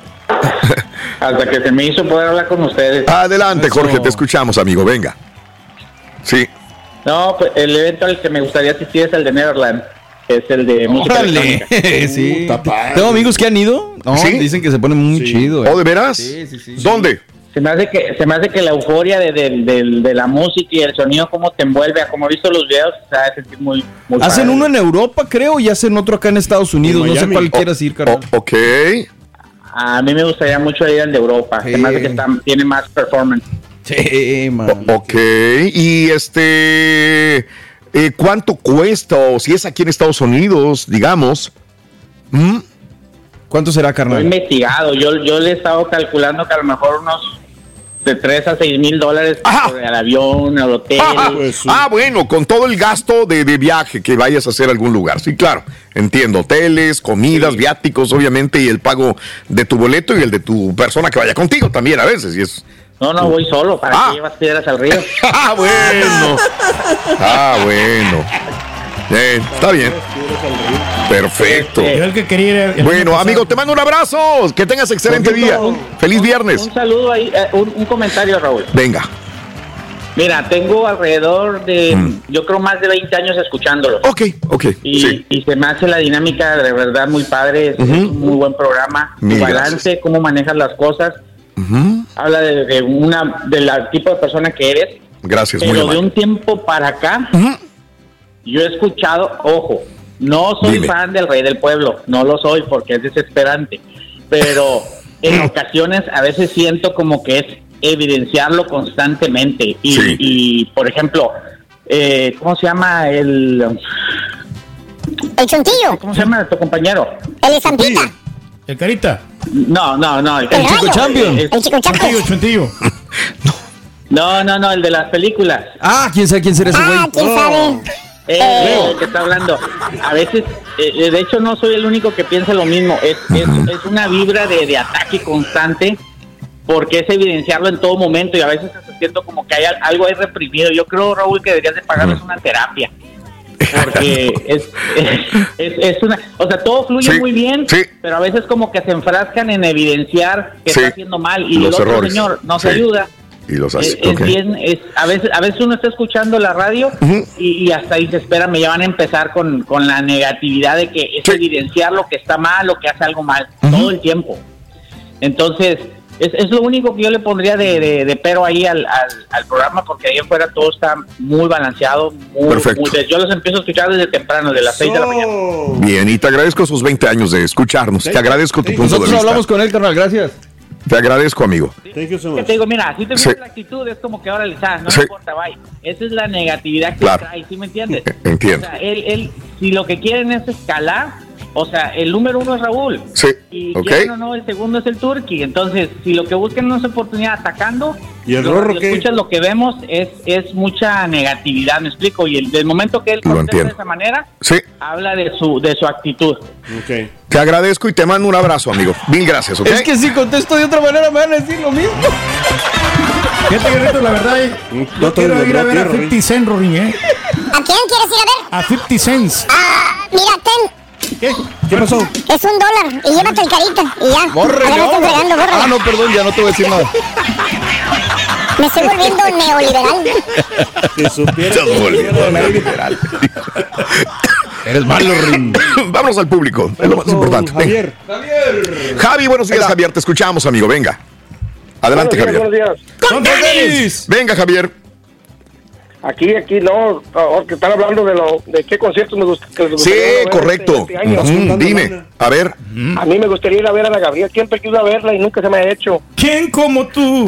Hasta que se me hizo poder hablar con ustedes. Adelante, Jorge. Te escuchamos, amigo. Venga. Sí. No, pues el evento al que me gustaría asistir es el de Neverland. Es el de música electrónica. Sí. Tengo amigos que han ido. No, ¿sí? Dicen que se pone muy chido. ¿Oh, de veras? Sí. ¿Dónde? Se me hace que la euforia de la música y el sonido, como te envuelve, como he visto los videos, se va a sentir muy hacen padre. Uno en Europa, creo, y hacen otro acá en Estados Unidos. No sé cuál quieras ir, carnal. Ok. A mí me gustaría mucho ir al de Europa. Se me hace que tiene más performance. Sí, man. Ok. Y ¿cuánto cuesta? O si es aquí en Estados Unidos, digamos. ¿Cuánto será, carnal? Lo he investigado. Yo le he estado calculando que a lo mejor unos de $3,000 a $6,000 por el avión, el hotel. Bueno, con todo el gasto de viaje que vayas a hacer a algún lugar. Sí, claro. Entiendo. Hoteles, comidas, viáticos, obviamente, y el pago de tu boleto y el de tu persona que vaya contigo también a veces. Y es... No, voy solo. ¿Para qué llevas piedras al río? Bueno. Está bien. Perfecto. Yo el que quería ir bueno, amigo, te mando un abrazo. Que tengas excelente día. Feliz viernes. Un saludo ahí, un comentario, Raúl. Venga. Mira, tengo alrededor de, yo creo, más de 20 años escuchándolo. Ok. Y se me hace la dinámica de verdad muy padre. Es un muy buen programa. Mil balance, gracias. cómo manejas las cosas. Habla del tipo de persona que eres. Gracias, pero muy de amable. un tiempo para acá, yo he escuchado, ojo, no soy fan del Rey del Pueblo, no lo soy porque es desesperante, pero en ocasiones a veces siento como que es evidenciarlo constantemente y por ejemplo, ¿cómo se llama el Chuntillo? ¿Cómo se llama tu compañero? El Estampita. ¿El Carita? No. El Chico Champion. El Chico Champion. Chuntillo. No, el de las películas. ¿Quién sabe quién será ese güey? ¿Quién sabe? El que está hablando. A veces, de hecho, no soy el único que piensa lo mismo. Es una vibra de ataque constante, porque es evidenciarlo en todo momento y a veces se siento como que hay algo ahí reprimido. Yo creo, Raúl, que deberías de pagarles una terapia. Porque es una... O sea, todo fluye muy bien, pero a veces como que se enfrascan en evidenciar que está haciendo mal y los el otro errores. señor no se ayuda. Y los hace. A veces uno está escuchando la radio y hasta dice, espérame, ya van a empezar con la negatividad de que es evidenciar lo que está mal o que hace algo mal todo el tiempo. Entonces, es lo único que yo le pondría de pero ahí al programa, porque ahí afuera todo está muy balanceado. Perfecto. Yo los empiezo a escuchar desde temprano, de las 6 de la mañana. Bien, y te agradezco esos 20 años de escucharnos. Te agradezco tu punto de vista. Nosotros hablamos con él, carnal, gracias. Te agradezco, amigo. Te digo, mira, si te ves la actitud, es como que ahora no me importa, bye. Esa es la negatividad que trae, ¿sí me entiendes? Entiendo. O sea, él, si lo que quieren es escalar, o sea, el número 1 es Raúl. Sí. Y quieren o no, el segundo es el Turqui. Entonces, si lo que buscan no es oportunidad atacando, ¿y el Rorro qué? Escuchas, lo que vemos es mucha negatividad, ¿me explico? Y el momento que él contesta de esa manera, habla de su actitud. Okay. Te agradezco y te mando un abrazo, amigo. Mil gracias, ¿ok? Es que si contesto de otra manera me van a decir lo mismo. Fíjate, Guerrito, la verdad, yo quiero ir a ver a 50 Cent, Rorín, ¿A quién quieres ir a ver? A 50 Cent. Mira, ¿Qué pasó? Es $1 y llévate el Carita y ya. Borre, ahora me estoy fregando, borre. no, perdón, ya no te voy a decir nada. Me estoy volviendo neoliberal. Que supiera neoliberal. Eres malo, Rin. Vámonos al público, es lo más importante. Javier. Javi, buenos días, Javier, te escuchamos, amigo, venga. Adelante, Javier. Buenos días. ¡Con tenis! Venga, Javier. Aquí no, que están hablando de qué conciertos me gustaría. Sí, correcto. Este año. Dime, a ver. A mí me gustaría ir a ver a Ana Gabriel, siempre he ido a verla y nunca se me ha hecho. ¿Quién como tú?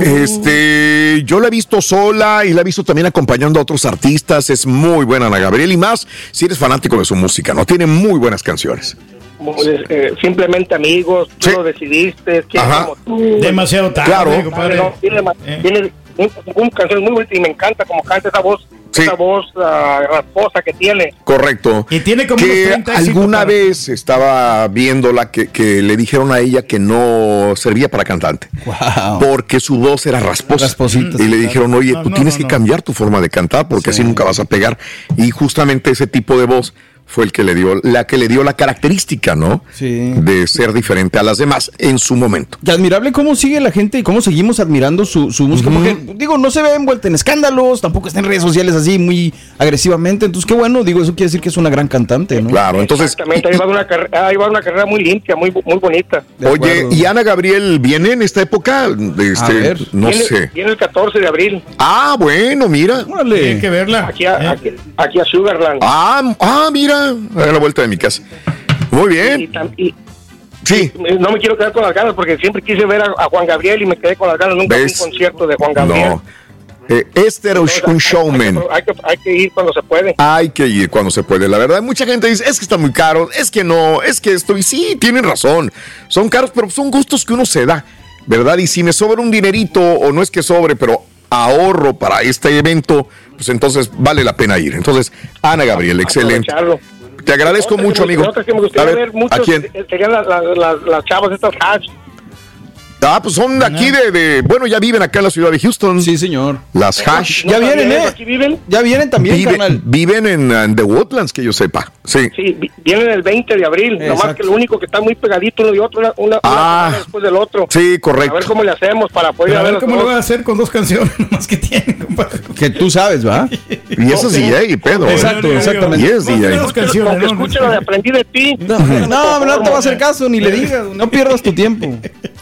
Yo la he visto sola y la he visto también acompañando a otros artistas. Es muy buena Ana Gabriel y más si eres fanático de su música, ¿no? Tiene muy buenas canciones. Simplemente amigos, tú lo decidiste, ¿quién como tú? Demasiado tarde, claro. compadre. No, tiene canciones muy bonitas y me encanta como canta esa voz. Esa voz rasposa que tiene. Correcto. Y tiene como que 30 alguna vez estaba viéndola que le dijeron a ella que no servía para cantante. Wow. Porque su voz era rasposa. Rasposita, y le dijeron, oye, tú tienes que cambiar tu forma de cantar porque así nunca vas a pegar. Y justamente ese tipo de voz fue el que le dio la característica, ¿no? Sí. De ser diferente a las demás en su momento. Y admirable cómo sigue la gente y cómo seguimos admirando su música, porque, digo, no se ve envuelta en escándalos, tampoco está en redes sociales así muy agresivamente, entonces qué bueno, digo, eso quiere decir que es una gran cantante, ¿no? Claro, entonces... Exactamente, ahí va una carrera muy limpia, muy bonita. Oye, ¿y Ana Gabriel viene en esta época? No sé. Viene el 14 de abril. Ah, bueno, mira. Tiene que verla. Aquí a Sugarland. Mira. A la vuelta de mi casa. Muy bien. Sí. No me quiero quedar con las ganas porque siempre quise ver a Juan Gabriel y me quedé con las ganas. Nunca fui a un concierto de Juan Gabriel. No. Este era un showman. Hay que ir cuando se puede. Hay que ir cuando se puede. La verdad, mucha gente dice, es que está muy caro, es que no, es que esto. Y sí, tienen razón. Son caros, pero son gustos que uno se da, ¿verdad? Y si me sobra un dinerito, o no es que sobre, pero ahorro para este evento, pues entonces vale la pena ir. Entonces, Ana Gabriel, excelente. Te agradezco mucho, amigo. Otras que me gustaría ver mucho, ¿a quién? Serían las chavas estas Hash. Pues son de aquí bueno, ya viven acá en la ciudad de Houston. Sí, señor. Las Hash. Ya vienen, ¿Aquí viven? Ya vienen también, carnal. Viven en The Woodlands, que yo sepa. Sí. Sí, vienen el 20 de abril. Nomás que lo único que está muy pegadito uno y otro, una semana después del otro. Sí, correcto. A ver cómo le hacemos para poder a ver cómo lo voy a hacer con 2 canciones más que tienen, compadre. Que tú sabes, ¿va? Y eso es DJ, pedo. Exacto, exactamente. Y es DJ. Que escuchen lo de Aprendí de Ti. No te va a hacer caso, ni le digas. No pierdas tu tiempo.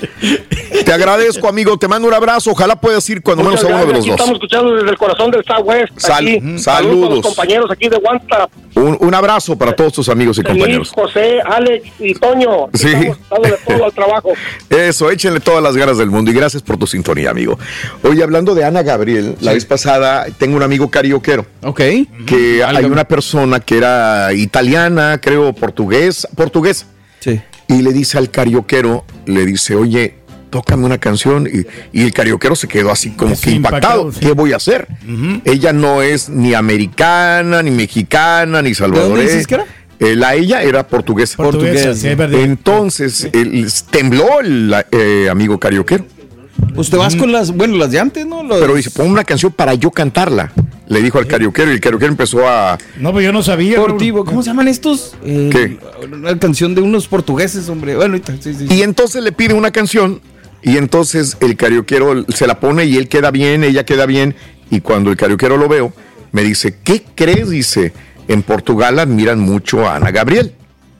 Te agradezco, amigo. Te mando un abrazo. Ojalá puedas ir cuando menos a uno de los dos. Estamos escuchando desde el corazón del Southwest. Saludos. A los compañeros aquí de WhatsApp. Un abrazo para todos tus amigos y compañeros. José, Alex y Toño. Sí. Estamos dándole todo al trabajo. Eso, échenle todas las ganas del mundo y gracias por tu sintonía, amigo. Oye, hablando de Ana Gabriel, la vez pasada tengo un amigo carioquero. Ok. Que hay una persona que era italiana, creo, portuguesa. Sí. Y le dice al carioquero, le dice, oye, tócame una canción. Y el carioquero se quedó así como que impactado. Sí. ¿Qué voy a hacer? Ella no es ni americana, ni mexicana, ni salvadoreña. ¿De dónde dices que era? Ella era portuguesa. Sí, entonces, tembló el amigo carioquero. Pues te vas con las de antes, ¿no? Pero dice, pon una canción para yo cantarla. Le dijo al carioquero y el carioquero empezó a... No, pero yo no sabía. Deportivo, ¿cómo se llaman estos? ¿Qué? Una canción de unos portugueses, hombre. Bueno, sí. Y entonces le pide una canción y entonces el carioquero se la pone y él queda bien, ella queda bien. Y cuando el carioquero lo veo, me dice, ¿qué crees? Dice, en Portugal admiran mucho a Ana Gabriel.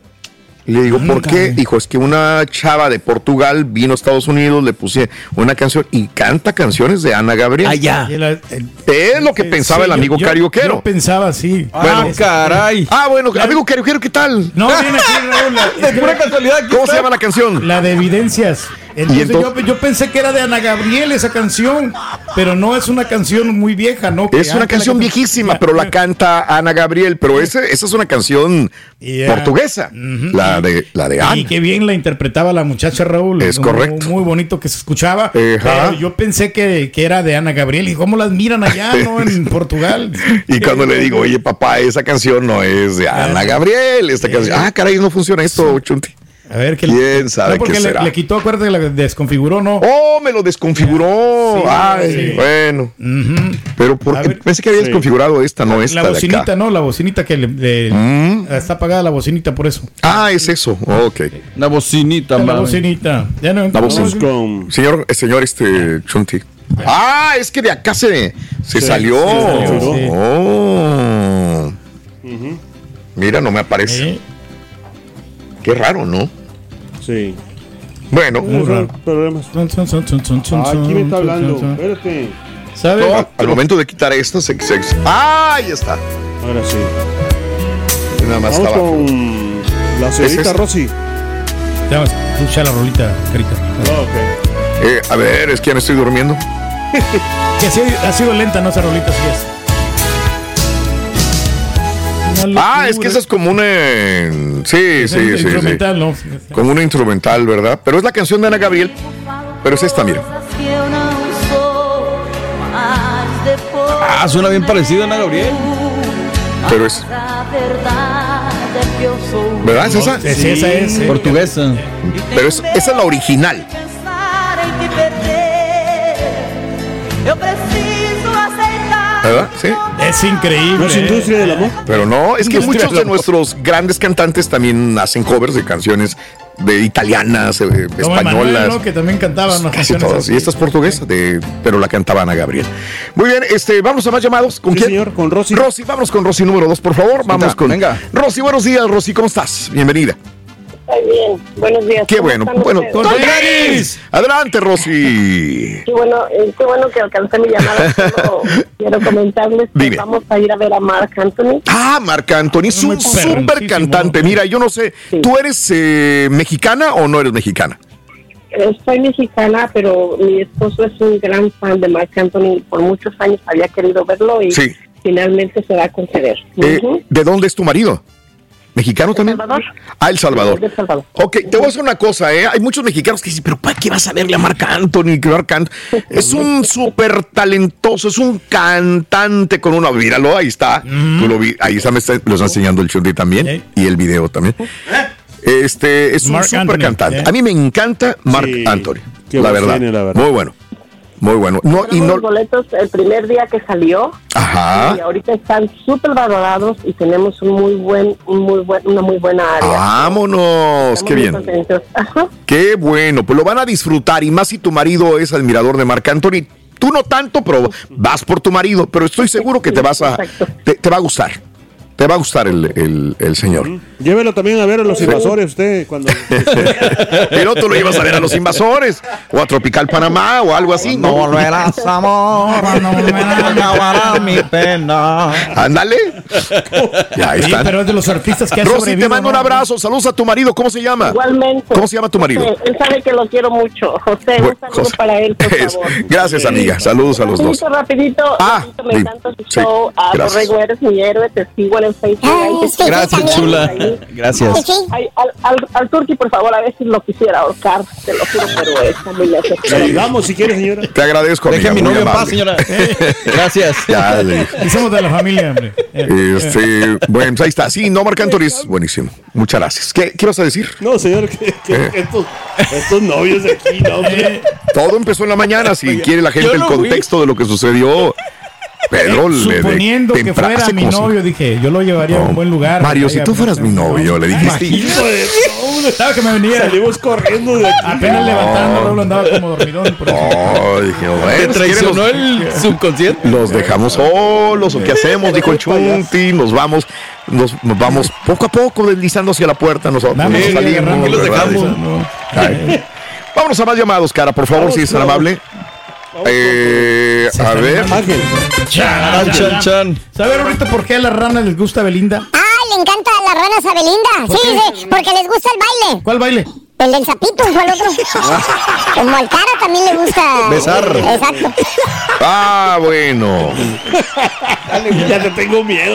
Y le digo, ¿por qué? Dijo, es que una chava de Portugal vino a Estados Unidos, le puse una canción y canta canciones de Ana Gabriel. Allá. Es lo que pensaba el amigo carioquero. Yo pensaba así. Bueno, caray. Bueno, amigo carioquero, ¿qué tal? No, viene aquí, Raúl. De pura casualidad. ¿Cómo se llama la canción? La de Evidencias. Entonces yo pensé que era de Ana Gabriel esa canción, pero no es una canción muy vieja, ¿no? Es una canción viejísima, pero la canta Ana Gabriel, pero esa es una canción portuguesa, la de Ana. Y qué bien la interpretaba la muchacha, Raúl. Es correcto. Muy bonito que se escuchaba. Pero yo pensé que era de Ana Gabriel. ¿Y cómo las miran allá, no? En Portugal. Y cuando le digo, oye, papá, esa canción no es de Ana Gabriel, esta canción. Caray, no funciona esto, Chunti. A ver, ¿quién sabe qué será? Porque le quitó, acuérdate, la desconfiguró, ¿no? ¡Oh, me lo desconfiguró! Sí, Ay, bueno. Pero pensé que había desconfigurado esta, no esta. La bocinita, de acá. ¿No? La bocinita que está apagada la bocinita por eso. Es eso. Ok. La bocinita, la bocinita. Ya no, la bocinita. Señor, Chunti. Es que de acá se salió. Sí. Oh. Mira, no me aparece. Qué raro, ¿no? Sí. Bueno. Problemas. Aquí me está hablando. Espérate. ¿Sabes? Al momento de quitar esto, ahí está. Ahora sí. Nada más vamos con la señorita Rosy. Ya, escucha la rolita, Carita. Ok. A ver, es que ya me estoy durmiendo. Que ha sido lenta, ¿no? Esa rolita, sí es. Es que esa es como una... Sí. Instrumental, ¿no? Como una instrumental, ¿verdad? Pero es la canción de Ana Gabriel. Pero es esta, mira. Suena bien parecido a Ana Gabriel. Pero es... ¿Verdad? ¿Es esa? Sí, esa es. Portuguesa. Pero esa es la original. ¿Verdad? Sí. Es increíble. ¿No es industria del amor? Pero no, es que muchos de nuestros grandes cantantes también hacen covers de canciones de italianas, españolas. Manuel, ¿no? Que también cantaban las casi todas. Y esta es portuguesa, pero la cantaba Ana Gabriel. Muy bien, vamos a más llamados. ¿Con quién? Señor, con Rosy. Rosy, vamos con Rosy número 2, por favor. Vamos con... Venga. Rosy, buenos días, Rosy, ¿cómo estás? Bienvenida. Estoy bien, buenos días. Qué bueno, ¡Con Rosy! Adelante, Rosy. Qué bueno que alcancé mi llamada. Quiero comentarles que vamos a ir a ver a Marc Anthony. Marc Anthony es un súper cantante. Mira, yo no sé, ¿tú eres mexicana o no eres mexicana? Soy mexicana, pero mi esposo es un gran fan de Marc Anthony. Por muchos años había querido verlo y finalmente se va a conceder. ¿De dónde es tu marido? ¿Mexicano también? El Salvador. El Salvador. Ok, te voy a decir una cosa, Hay muchos mexicanos que dicen, pero ¿para qué vas a verle a Marc Anthony? Es un súper talentoso, es un cantante con una... Míralo, ahí está. Tú lo vi, ahí está, lo está enseñando el Chundi también, y el video también. Es un súper cantante. A mí me encanta Marc Anthony. la verdad. Muy bueno. Muy bueno. No, y no... Los boletos el primer día que salió. Ajá. Y ahorita están súper valorados y tenemos una muy buena área. ¡Vámonos! Estamos ¡Qué bien! Ajá. ¡Qué bueno! Pues lo van a disfrutar, y más si tu marido es admirador de Marc Anthony. Tú no tanto, pero vas por tu marido, pero estoy seguro que te va a gustar. Te va a gustar el señor. Llévelo también a ver a los invasores usted cuando... Pero tú lo ibas a ver a los invasores o a Tropical Panamá o algo así. No volverás, amor, no me acabará mi pena. Ándale. Ya sí, están. pero es de los artistas que ha Rosy, sobrevivido. te mando un abrazo. Saludos a tu marido. ¿Cómo se llama? Igualmente. ¿Cómo se llama tu marido? Él sabe que lo quiero mucho. José, un saludo para él, por favor. Gracias, amiga. Saludos a los dos. Rapidito, me encanta tu show. Borrego, eres mi héroe. Te sigo en el Facebook. Gracias, chula. Gracias. Al Turqui, por favor, a ver si lo quisiera ahorcar. Te lo juro, pero está muy lejos. Le ayudamos si quieres, señora. Te agradezco, amiga. Deje a mi novio en paz, señora. Gracias. Ya, y somos de la familia, hombre. Bueno, ahí está. Sí, no, Marc Anthony es buenísimo. Muchas gracias. ¿Qué vas a decir? No, señor, que estos novios de aquí, no, todo empezó en la mañana. Si quiere la gente el contexto de lo que sucedió. Pedro, suponiendo que fuera mi novio, dije, yo lo llevaría a un buen lugar. Mario, si tú fueras mi novio, le dijiste. Estaba que me venía. Salimos corriendo de aquí. Apenas levantando, Raúl andaba como dormidón. Dije, bueno, traicionó el subconsciente. Los dejamos solos, ¿o qué hacemos? Dijo el Chunti, nos vamos poco a poco deslizando hacia la puerta. Nosotros salimos. Los dejamos. Vámonos a más llamados, cara, por favor, si es tan amable. A ver. ¿Sabe ahorita por qué a las ranas les gusta Belinda? Le encanta a las ranas a Belinda. Sí, porque les gusta el baile. ¿Cuál baile? El del sapito, ¿cuál otro? Como al cara también le gusta besar. Exacto. Bueno. Ya te tengo miedo.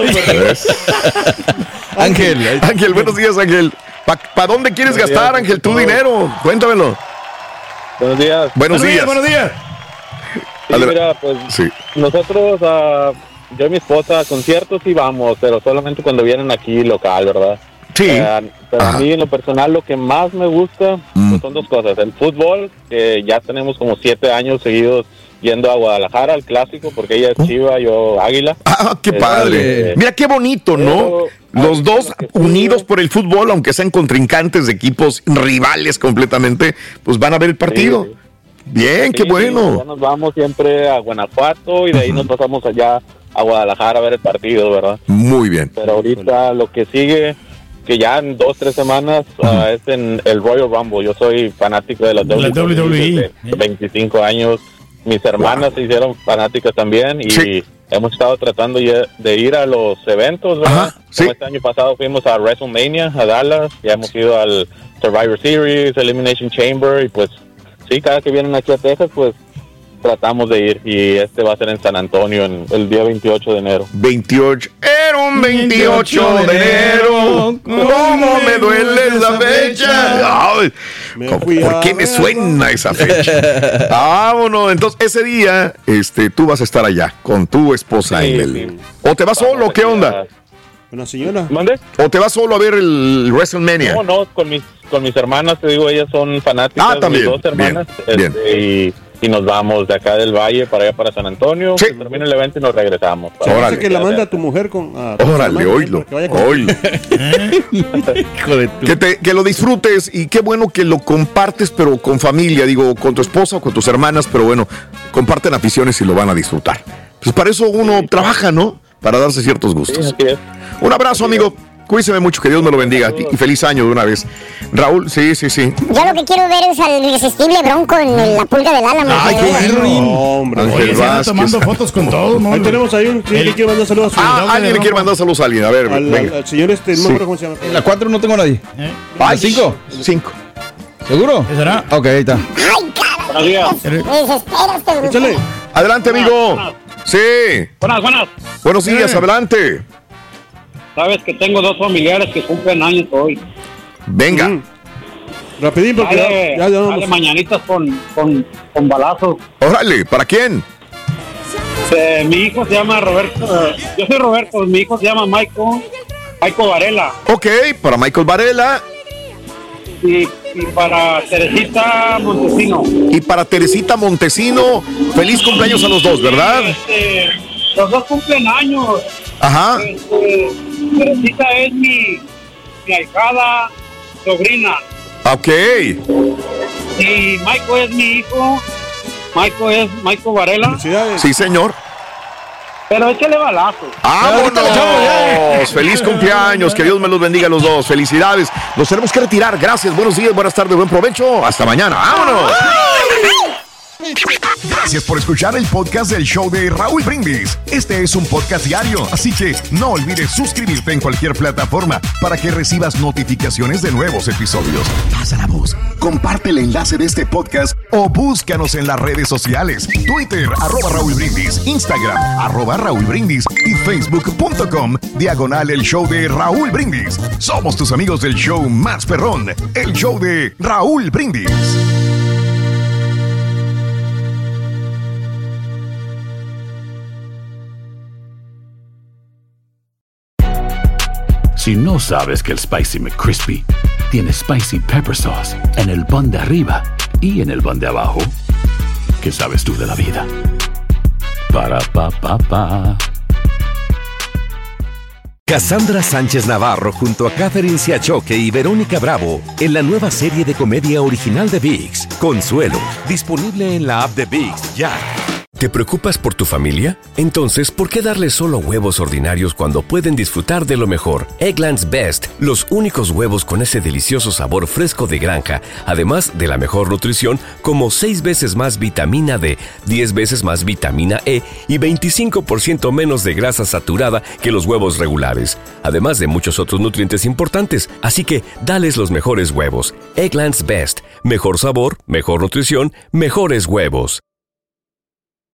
Ángel, buenos días, Ángel. ¿Para dónde quieres gastar, Ángel, tu dinero? Cuéntamelo. Buenos días. Buenos días. Sí, mira, pues nosotros, yo y mi esposa, a conciertos sí vamos, pero solamente cuando vienen aquí local, ¿verdad? Sí. Pero a mí, en lo personal, lo que más me gusta pues son dos cosas. El fútbol, que ya tenemos como 7 años seguidos yendo a Guadalajara, al clásico, porque ella es Chiva, yo Águila. ¡Qué padre! Mira qué bonito, ¿no? Los dos unidos por el fútbol, aunque sean contrincantes de equipos rivales completamente, pues van a ver el partido. Sí. Bien, qué bueno. Ya nos vamos siempre a Guanajuato y de ahí nos pasamos allá a Guadalajara a ver el partido, ¿verdad? Muy bien. Pero ahorita lo que sigue, que ya en 2-3 semanas es en el Royal Rumble. Yo soy fanático de la WWE. Desde 25 años. Mis hermanas se hicieron fanáticas también y hemos estado tratando de ir a los eventos, ¿verdad? Como este año pasado fuimos a WrestleMania, a Dallas, ya hemos ido al Survivor Series, Elimination Chamber y pues sí, cada que vienen aquí a Texas, pues tratamos de ir y este va a ser en San Antonio el día 28 de enero. 28, era un 28 de enero, ¿cómo me duele esa fecha? Ay, ¿por qué me suena esa fecha? Vámonos, entonces ese día tú vas a estar allá con tu esposa. ¿O te vas solo? ¿Qué onda? Una señora. ¿Mande? ¿O te vas solo a ver el WrestleMania? No, con mis hermanas, te digo, ellas son fanáticas. También. Mis 2 hermanas. Bien. Y nos vamos de acá del Valle para allá para San Antonio. Sí. Termina el evento y nos regresamos. Órale. Que la manda a tu mujer con... Órale, oílo. Que lo disfrutes y qué bueno que lo compartes, pero con familia, digo, con tu esposa o con tus hermanas, pero bueno, comparten aficiones y lo van a disfrutar. Pues para eso uno trabaja, ¿no? Para darse ciertos gustos. Sí, un abrazo, amigo. Cuídese mucho, que Dios me lo bendiga y feliz año de una vez. Raúl, sí. Yo lo que quiero ver es al irresistible Bronco en la pulga del Álamo. Ay, qué bueno. Hombre, Ángel Vázquez. Tomando fotos con todo, ¿no? Ahí tenemos ahí un que quiere mandar saludos a su alguien le quiere mandar saludos a alguien. A ver, al señor no me acuerdo cómo se llama. En la 4 no tengo a nadie. ¿La 5? 5. ¿Seguro? ¿Qué será? Ok, ahí está. Ay, cara. Desespérate, échale. Adelante, amigo. Sí. Buenas. Buenos días, adelante. Sabes que tengo 2 familiares que cumplen años hoy. Venga. Rapidín, porque dale mañanitas con balazos. Órale, ¿para quién? Mi hijo se llama Roberto. Yo soy Roberto, mi hijo se llama Michael Varela. Ok, para Michael Varela. Y para Teresita Montesino. Y para Teresita Montesino, feliz cumpleaños a los dos, ¿verdad? Los dos cumplen años. Ajá. Teresita es mi ahijada sobrina. Ok. Y Michael es mi hijo. Michael Varela. Sí, señor. Pero échale balazo. ¡Vámonos! ¡Feliz cumpleaños! Que Dios me los bendiga a los dos. ¡Felicidades! Nos tenemos que retirar. Gracias, buenos días, buenas tardes, buen provecho. Hasta mañana. ¡Vámonos! Gracias por escuchar el podcast del show de Raúl Brindis. Este es un podcast diario, así que no olvides suscribirte en cualquier plataforma para que recibas notificaciones de nuevos episodios. Pasa la voz, comparte el enlace de este podcast o búscanos en las redes sociales. Twitter, @Raúl Brindis, Instagram, @Raúl Brindis y Facebook.com/el show de Raúl Brindis. Somos tus amigos del show más perrón, el show de Raúl Brindis. Si no sabes que el Spicy McCrispy tiene Spicy Pepper Sauce en el pan de arriba y en el pan de abajo, ¿qué sabes tú de la vida? Para, pa, pa, pa. Cassandra Sánchez Navarro junto a Catherine Siachoque y Verónica Bravo en la nueva serie de comedia original de ViX, Consuelo, disponible en la app de ViX ya. ¿Te preocupas por tu familia? Entonces, ¿por qué darles solo huevos ordinarios cuando pueden disfrutar de lo mejor? Eggland's Best, los únicos huevos con ese delicioso sabor fresco de granja, además de la mejor nutrición, como 6 veces más vitamina D, 10 veces más vitamina E y 25% menos de grasa saturada que los huevos regulares, además de muchos otros nutrientes importantes. Así que, dales los mejores huevos. Eggland's Best, mejor sabor, mejor nutrición, mejores huevos.